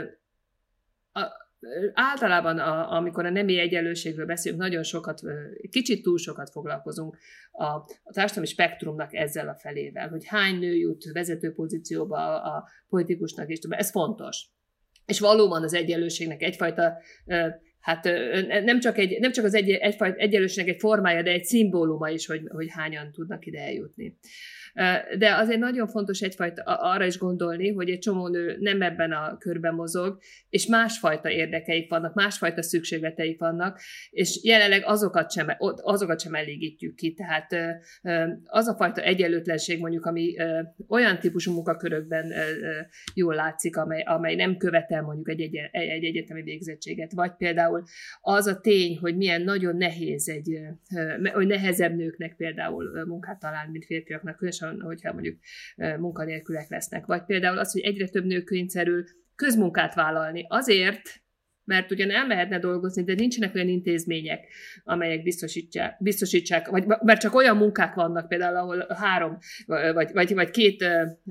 a, általában, a, amikor a nemi egyenlőségről beszélünk, nagyon sokat, kicsit túl sokat foglalkozunk a, a társadalmi spektrumnak ezzel a felével, hogy hány nő jut vezető pozícióba a, a politikusnak, és ez fontos. És valóban az egyenlőségnek egyfajta, hát nem csak, egy, nem csak az egy, egyfajta egyenlőségnek egy formája, de egy szimbóluma is, hogy, hogy hányan tudnak ide eljutni. De azért nagyon fontos egyfajta arra is gondolni, hogy egy csomó nő nem ebben a körben mozog, és másfajta érdekeik vannak, másfajta szükségleteik vannak, és jelenleg azokat sem, azokat sem elégítjük ki. Tehát az a fajta egyenlőtlenség mondjuk, ami olyan típusú munkakörökben jól látszik, amely, amely nem követel mondjuk egy, egy, egy egyetemi végzettséget, vagy például az a tény, hogy milyen nagyon nehéz egy, hogy nehezebb nőknek például munkát találni, mint férfiaknak, különösen hogyha mondjuk munkanélkülek lesznek. Vagy például az, hogy egyre több nő kényszerül közmunkát vállalni. Azért, mert ugyan elmehetne dolgozni, de nincsenek olyan intézmények, amelyek biztosítsák, biztosítsák vagy mert csak olyan munkák vannak például, ahol három vagy, vagy, vagy két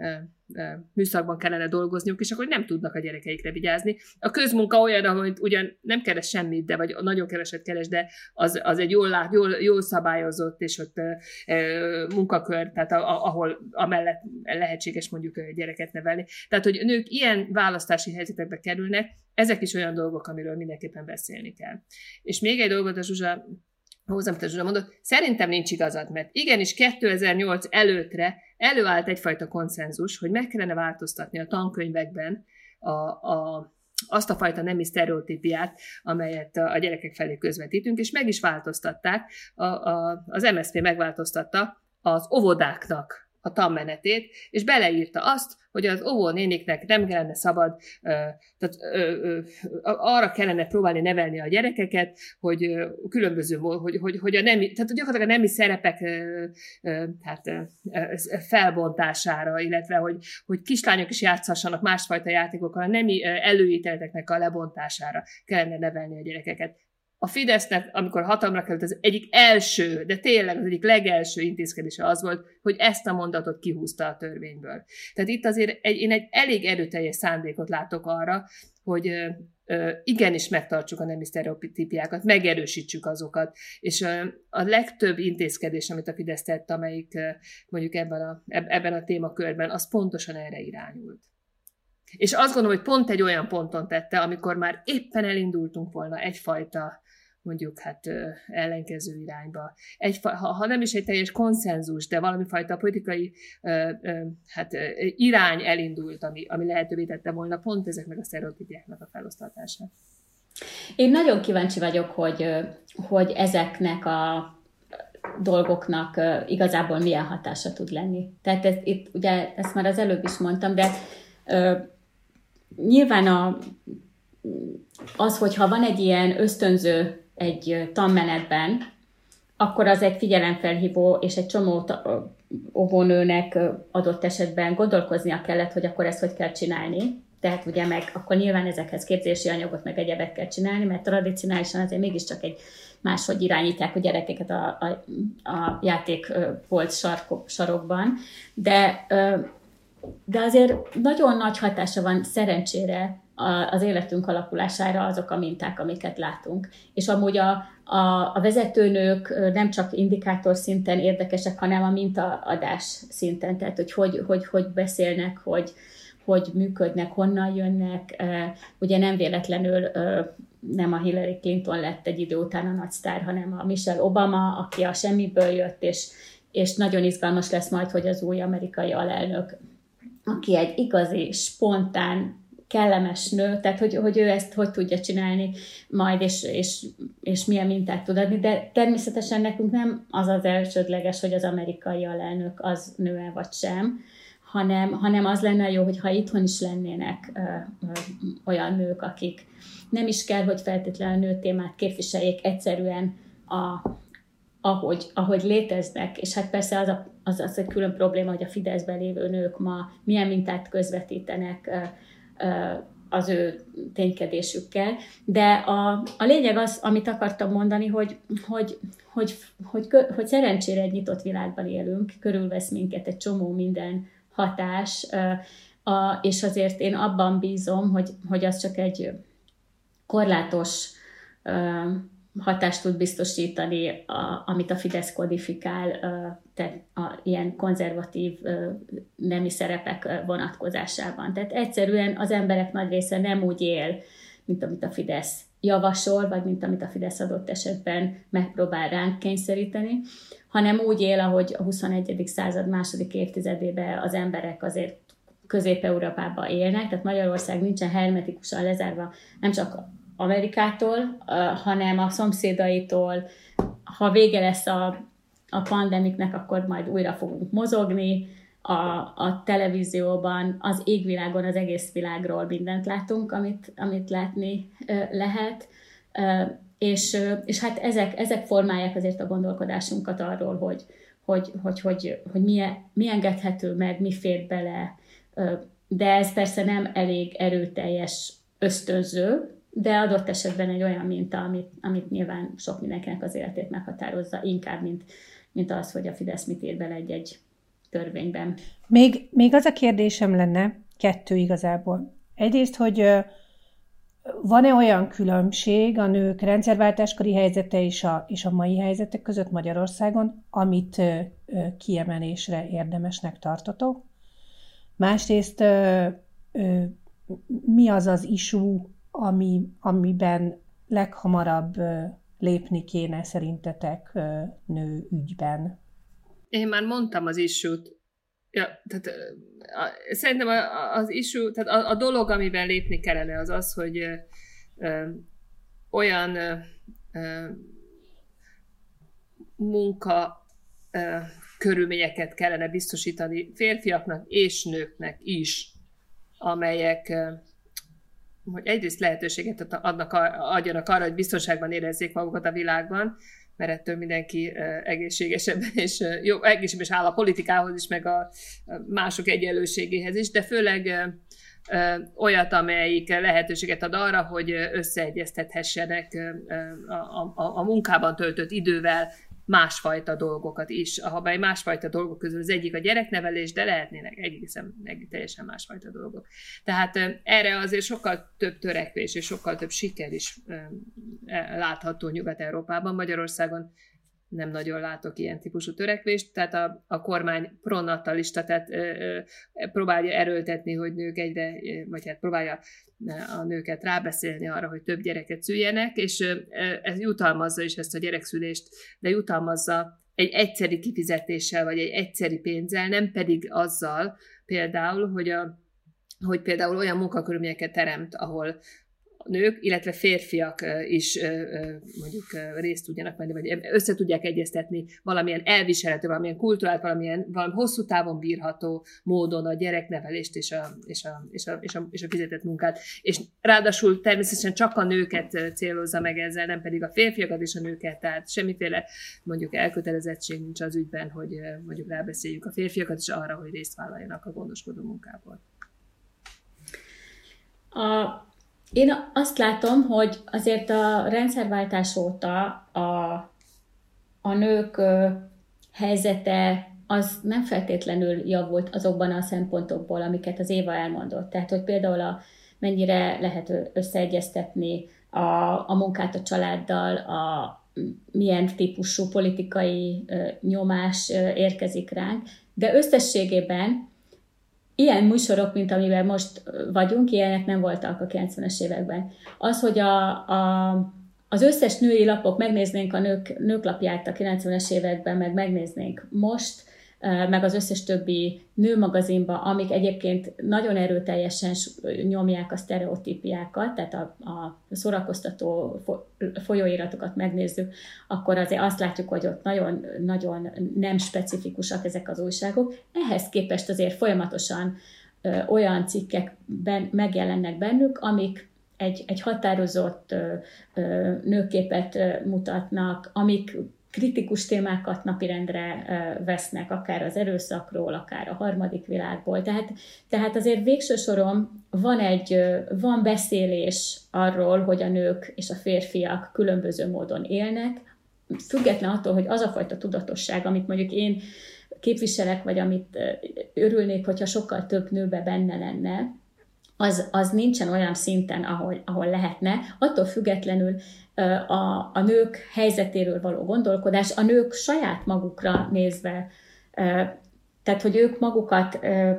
műszakban kellene dolgozniuk, és akkor nem tudnak a gyerekeikre vigyázni. A közmunka olyan, ahol ugyan nem keres semmit, de vagy nagyon keveset keres, de az, az egy jól, lát, jól, jól szabályozott, és ott e, munkakör, tehát a, ahol amellett lehetséges mondjuk gyereket nevelni. Tehát, hogy nők ilyen választási helyzetekbe kerülnek, ezek is olyan dolgok, amiről mindenképpen beszélni kell. És még egy dolgot a Zsuzsa hozzám, amit a Zsuzsa mondott, szerintem nincs igazad, mert igenis kétezer-nyolc előttre előállt egyfajta konszenzus, hogy meg kellene változtatni a tankönyvekben a, a, azt a fajta nemi sztereotípiát, amelyet a gyerekek felé közvetítünk, és meg is változtatták. A, a, az em es zé pé megváltoztatta az óvodáknak a tanmenetét, és beleírta azt, hogy az óvónéniknek nem kellene szabad, tehát arra kellene próbálni nevelni a gyerekeket, hogy különböző, hogy, hogy, hogy a nemi, tehát gyakorlatilag a nemi szerepek hát, felbontására, illetve hogy, hogy kislányok is játszhassanak másfajta játékokkal, a nemi előítéleteknek a lebontására kellene nevelni a gyerekeket. A Fidesznek, amikor hatalomra került, az egyik első, de tényleg az egyik legelső intézkedése az volt, hogy ezt a mondatot kihúzta a törvényből. Tehát itt azért egy, én egy elég erőteljes szándékot látok arra, hogy ö, ö, igenis megtartsuk a nemi sztereotípiákat, megerősítsük azokat, és ö, a legtöbb intézkedés, amit a Fidesz tett, amelyik ö, mondjuk ebben a, ebben a témakörben, az pontosan erre irányult. És azt gondolom, hogy pont egy olyan ponton tette, amikor már éppen elindultunk volna egyfajta, mondjuk hát ellenkező irányba. Egy, ha, ha nem is egy teljes konszenzus, de valami fajta politikai ö, ö, hát, ö, irány elindult, ami, ami lehetővé tette volna pont ezeknek a sztereotípiáknak a felosztatását. Én nagyon kíváncsi vagyok, hogy, hogy ezeknek a dolgoknak igazából milyen hatása tud lenni. Tehát ez, itt, ugye ezt már az előbb is mondtam, de ö, nyilván a, az, hogyha van egy ilyen ösztönző egy tanmenetben, akkor az egy figyelemfelhívó, és egy csomó óvónőnek adott esetben gondolkoznia kellett, hogy akkor ezt hogy kell csinálni. Tehát ugye meg akkor nyilván ezekhez képzési anyagot meg egyebet kell csinálni, mert tradicionálisan azért mégiscsak egy máshogy irányítják a gyerekeket a, a, a játékpolc sarokban. De, de azért nagyon nagy hatása van szerencsére az életünk alakulására azok a minták, amiket látunk. És amúgy a, a, a vezetőnők nem csak indikátor szinten érdekesek, hanem a mintaadás szinten. Tehát, hogy hogy, hogy, hogy beszélnek, hogy, hogy működnek, honnan jönnek. Ugye nem véletlenül nem a Hillary Clinton lett egy idő után a nagy sztár, hanem a Michelle Obama, aki a semmiből jött, és, és nagyon izgalmas lesz majd, hogy az új amerikai alelnök, aki egy igazi, spontán, kellemes nő, tehát hogy, hogy ő ezt hogy tudja csinálni majd, és, és, és milyen mintát tud adni, de természetesen nekünk nem az az elsődleges, hogy az amerikai alelnök az nő-e vagy sem, hanem, hanem az lenne jó, hogyha itthon is lennének ö, ö, olyan nők, akik nem is kell, hogy feltétlenül a nő témát képviseljék, egyszerűen a, ahogy, ahogy léteznek, és hát persze az, a, az, az egy külön probléma, hogy a Fideszben lévő nők ma milyen mintát közvetítenek az ő ténykedésükkel, de a, a lényeg az, amit akartam mondani, hogy, hogy, hogy, hogy, hogy szerencsére egy nyitott világban élünk, körülvesz minket egy csomó minden hatás, a, és azért én abban bízom, hogy, hogy az csak egy korlátos hatást tud biztosítani, a, amit a Fidesz kodifikál, tehát a ilyen konzervatív nemi szerepek vonatkozásában. Tehát egyszerűen az emberek nagy része nem úgy él, mint amit a Fidesz javasol, vagy mint amit a Fidesz adott esetben megpróbál ránk kényszeríteni, hanem úgy él, ahogy a huszonegyedik század második évtizedében az emberek azért Közép-Európában élnek, tehát Magyarország nincsen hermetikusan lezárva, nem csak Amerikától, hanem a szomszédaitól. Ha vége lesz a, a pandemiknek, akkor majd újra fogunk mozogni. A, a televízióban, az égvilágon, az egész világról mindent látunk, amit, amit látni lehet. És, és hát ezek, ezek formálják azért a gondolkodásunkat arról, hogy, hogy, hogy, hogy, hogy mi, mi engedhető meg, mi fér bele. De ez persze nem elég erőteljes ösztönző, de adott esetben egy olyan minta, amit, amit nyilván sok mindenkinek az életét meghatározza, inkább, mint, mint az, hogy a Fidesz mit ír bele egy-egy törvényben. Még, még az a kérdésem lenne, kettő igazából. Egyrészt, hogy van-e olyan különbség a nők rendszerváltáskori helyzete és a, és a mai helyzetek között Magyarországon, amit kiemelésre érdemesnek tartotok? Másrészt, mi az az issue, ami, amiben leghamarabb lépni kéne szerintetek nő ügyben? Én már mondtam az issue-t. Ja, tehát a, szerintem a, az issue, tehát a, a dolog, amiben lépni kellene, az az, hogy ö, ö, olyan ö, ö, munka ö, körülményeket kellene biztosítani férfiaknak és nőknek is, amelyek ö, hogy egyrészt lehetőséget adnak, adjanak arra, hogy biztonságban érezzék magukat a világban, mert ettől mindenki egészségesebben és jó, egészséges áll a politikához is, meg a mások egyenlőségéhez is, de főleg olyat, amelyik lehetőséget ad arra, hogy összeegyeztethessenek a, a, a munkában töltött idővel másfajta dolgokat is, amely másfajta dolgok közül az egyik a gyereknevelés, de lehetnének egészen egy teljesen másfajta dolgok. Tehát erre azért sokkal több törekvés és sokkal több siker is látható Nyugat-Európában. Magyarországon nem nagyon látok ilyen típusú törekvést, tehát a, a kormány pronatalista, tehát ö, ö, próbálja erőltetni, hogy nők egyre, vagy hát próbálja a nőket rábeszélni arra, hogy több gyereket szüljenek, és ö, ez jutalmazza is ezt a gyerekszülést, de jutalmazza egy egyszeri kifizetéssel, vagy egy egyszeri pénzzel, nem pedig azzal például, hogy, a, hogy például olyan munkakörülményeket teremt, ahol nők, illetve férfiak is mondjuk részt tudjanak venni, vagy össze tudják egyeztetni valamilyen elviselhető, valamilyen kulturált, valamilyen valami hosszú távon bírható módon a gyereknevelést és a, és a, és a, és a, és a fizetett munkát. És ráadásul természetesen csak a nőket célozza meg ezzel, nem pedig a férfiakat és a nőket, tehát semmiféle mondjuk elkötelezettség nincs az ügyben, hogy mondjuk rábeszéljük a férfiakat is arra, hogy részt vállaljanak a gondoskodó munkából. A Én azt látom, hogy azért a rendszerváltás óta a, a nők helyzete az nem feltétlenül javult azokban a szempontokból, amiket az Éva elmondott. Tehát, hogy például a, mennyire lehet összeegyeztetni a, a munkát a családdal, a, milyen típusú politikai nyomás érkezik ránk, de összességében ilyen műsorok, mint amiben most vagyunk, ilyenek nem voltak a kilencvenes években. Az, hogy a, a, az összes női lapok, megnéznénk a nők, nőklapját a kilencvenes években, meg megnéznénk most, meg az összes többi nőmagazinba, amik egyébként nagyon erőteljesen nyomják a sztereotípiákat, tehát a, a szórakoztató folyóiratokat megnézzük, akkor azért azt látjuk, hogy ott nagyon, nagyon nem specifikusak ezek az újságok. Ehhez képest azért folyamatosan olyan cikkek ben, megjelennek bennük, amik egy, egy határozott nőképet mutatnak, amik kritikus témákat napirendre vesznek, akár az erőszakról, akár a harmadik világból. Tehát, tehát azért végső soron van, egy, van beszélés arról, hogy a nők és a férfiak különböző módon élnek, független attól, hogy az a fajta tudatosság, amit mondjuk én képviselek, vagy amit örülnék, hogyha sokkal több nőbe benne lenne, az, az nincsen olyan szinten, ahol, ahol lehetne. Attól függetlenül a, a nők helyzetéről való gondolkodás, a nők saját magukra nézve, tehát, hogy ők magukat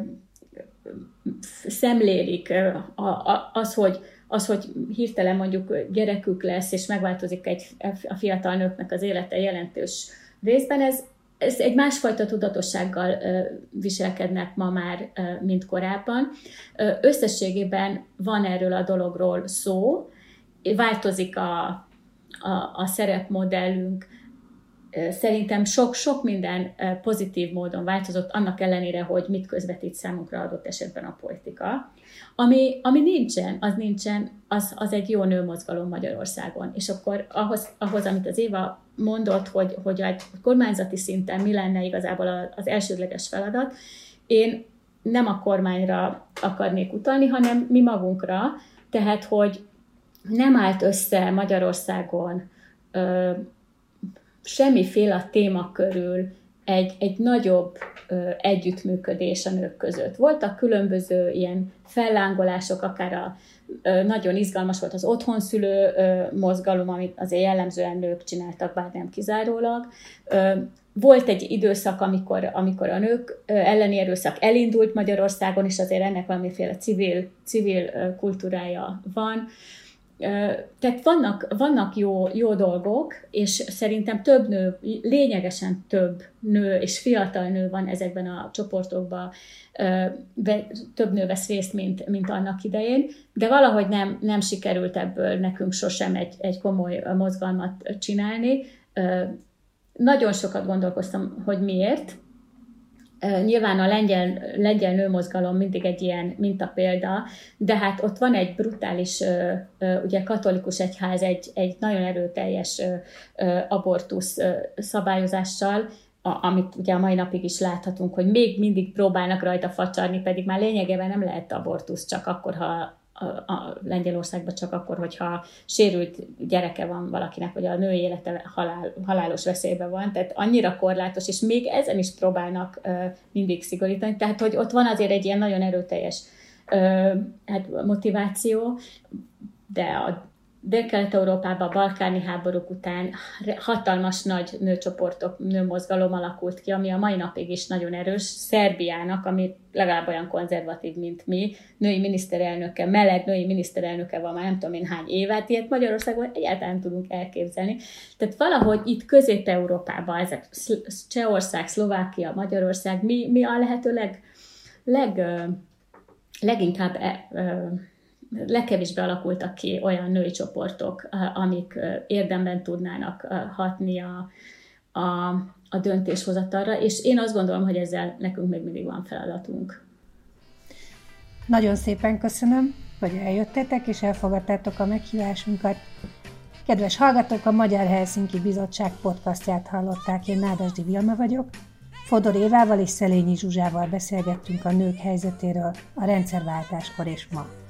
szemlélik, az, hogy, az, hogy hirtelen mondjuk gyerekük lesz, és megváltozik egy, a fiatal nőknek az élete jelentős részben, ez, ez egy másfajta tudatossággal viselkednek ma már, mint korábban. Összességében van erről a dologról szó, változik a, a, a szerepmodellünk. Szerintem sok-sok minden pozitív módon változott, annak ellenére, hogy mit közvetít számunkra adott esetben a politika. Ami, ami nincsen, az nincsen, az, az egy jó nőmozgalom Magyarországon. És akkor ahhoz, ahhoz amit az Éva mondott, hogy, hogy a kormányzati szinten mi lenne igazából az elsődleges feladat, én nem a kormányra akarnék utalni, hanem mi magunkra, tehát, hogy nem állt össze Magyarországon ö, semmiféle téma körül egy, egy nagyobb ö, együttműködés a nők között. Voltak különböző ilyen fellángolások, akár a, ö, nagyon izgalmas volt az otthonszülő ö, mozgalom, amit azért jellemzően nők csináltak, bár nem kizárólag. Ö, volt egy időszak, amikor, amikor a nők elleni erőszak elindult Magyarországon, és azért ennek valamiféle civil, civil kultúrája van. Tehát vannak, vannak jó, jó dolgok, és szerintem több nő, lényegesen több nő és fiatal nő van ezekben a csoportokban, több nő vesz részt, mint, mint annak idején, de valahogy nem, nem sikerült ebből nekünk sosem egy, egy komoly mozgalmat csinálni. Nagyon sokat gondolkoztam, hogy miért. Nyilván a lengyel, lengyel nőmozgalom mindig egy ilyen mintapélda, de hát ott van egy brutális, ugye katolikus egyház egy, egy nagyon erőteljes abortusz szabályozással, amit ugye a mai napig is láthatunk, hogy még mindig próbálnak rajta facsarni, pedig már lényegében nem lehet abortusz csak akkor, ha a, a Lengyelországban csak akkor, hogyha sérült gyereke van valakinek, vagy a női élete halál, halálos veszélyben van, tehát annyira korlátos, és még ezen is próbálnak uh, mindig szigorítani, tehát hogy ott van azért egy ilyen nagyon erőteljes uh, hát motiváció, de a Dél-Kelet-Európában, a balkáni háborúk után hatalmas nagy nőcsoportok, nőmozgalom alakult ki, ami a mai napig is nagyon erős. Szerbiának, ami legalább olyan konzervatív, mint mi, női miniszterelnöke, meleg női miniszterelnöke van már nem tudom én hány évet, ilyet Magyarországon egyáltalán tudunk elképzelni. Tehát valahogy itt Közép-Európában, ezek Csehország, Szlovákia, Magyarország, mi, mi a lehető leg, leg, leginkább e, e, legkevésbé alakultak ki olyan női csoportok, amik érdemben tudnának hatni a, a, a döntéshozatalra, és én azt gondolom, hogy ezzel nekünk még mindig van feladatunk. Nagyon szépen köszönöm, hogy eljöttetek és elfogadtátok a meghívásunkat. Kedves hallgatók, a Magyar Helsinki Bizottság podcastját hallották, én Nádasdy Vilma vagyok. Fodor Évával és Szelényi Zsuzsával beszélgettünk a nők helyzetéről a rendszerváltáskor és ma.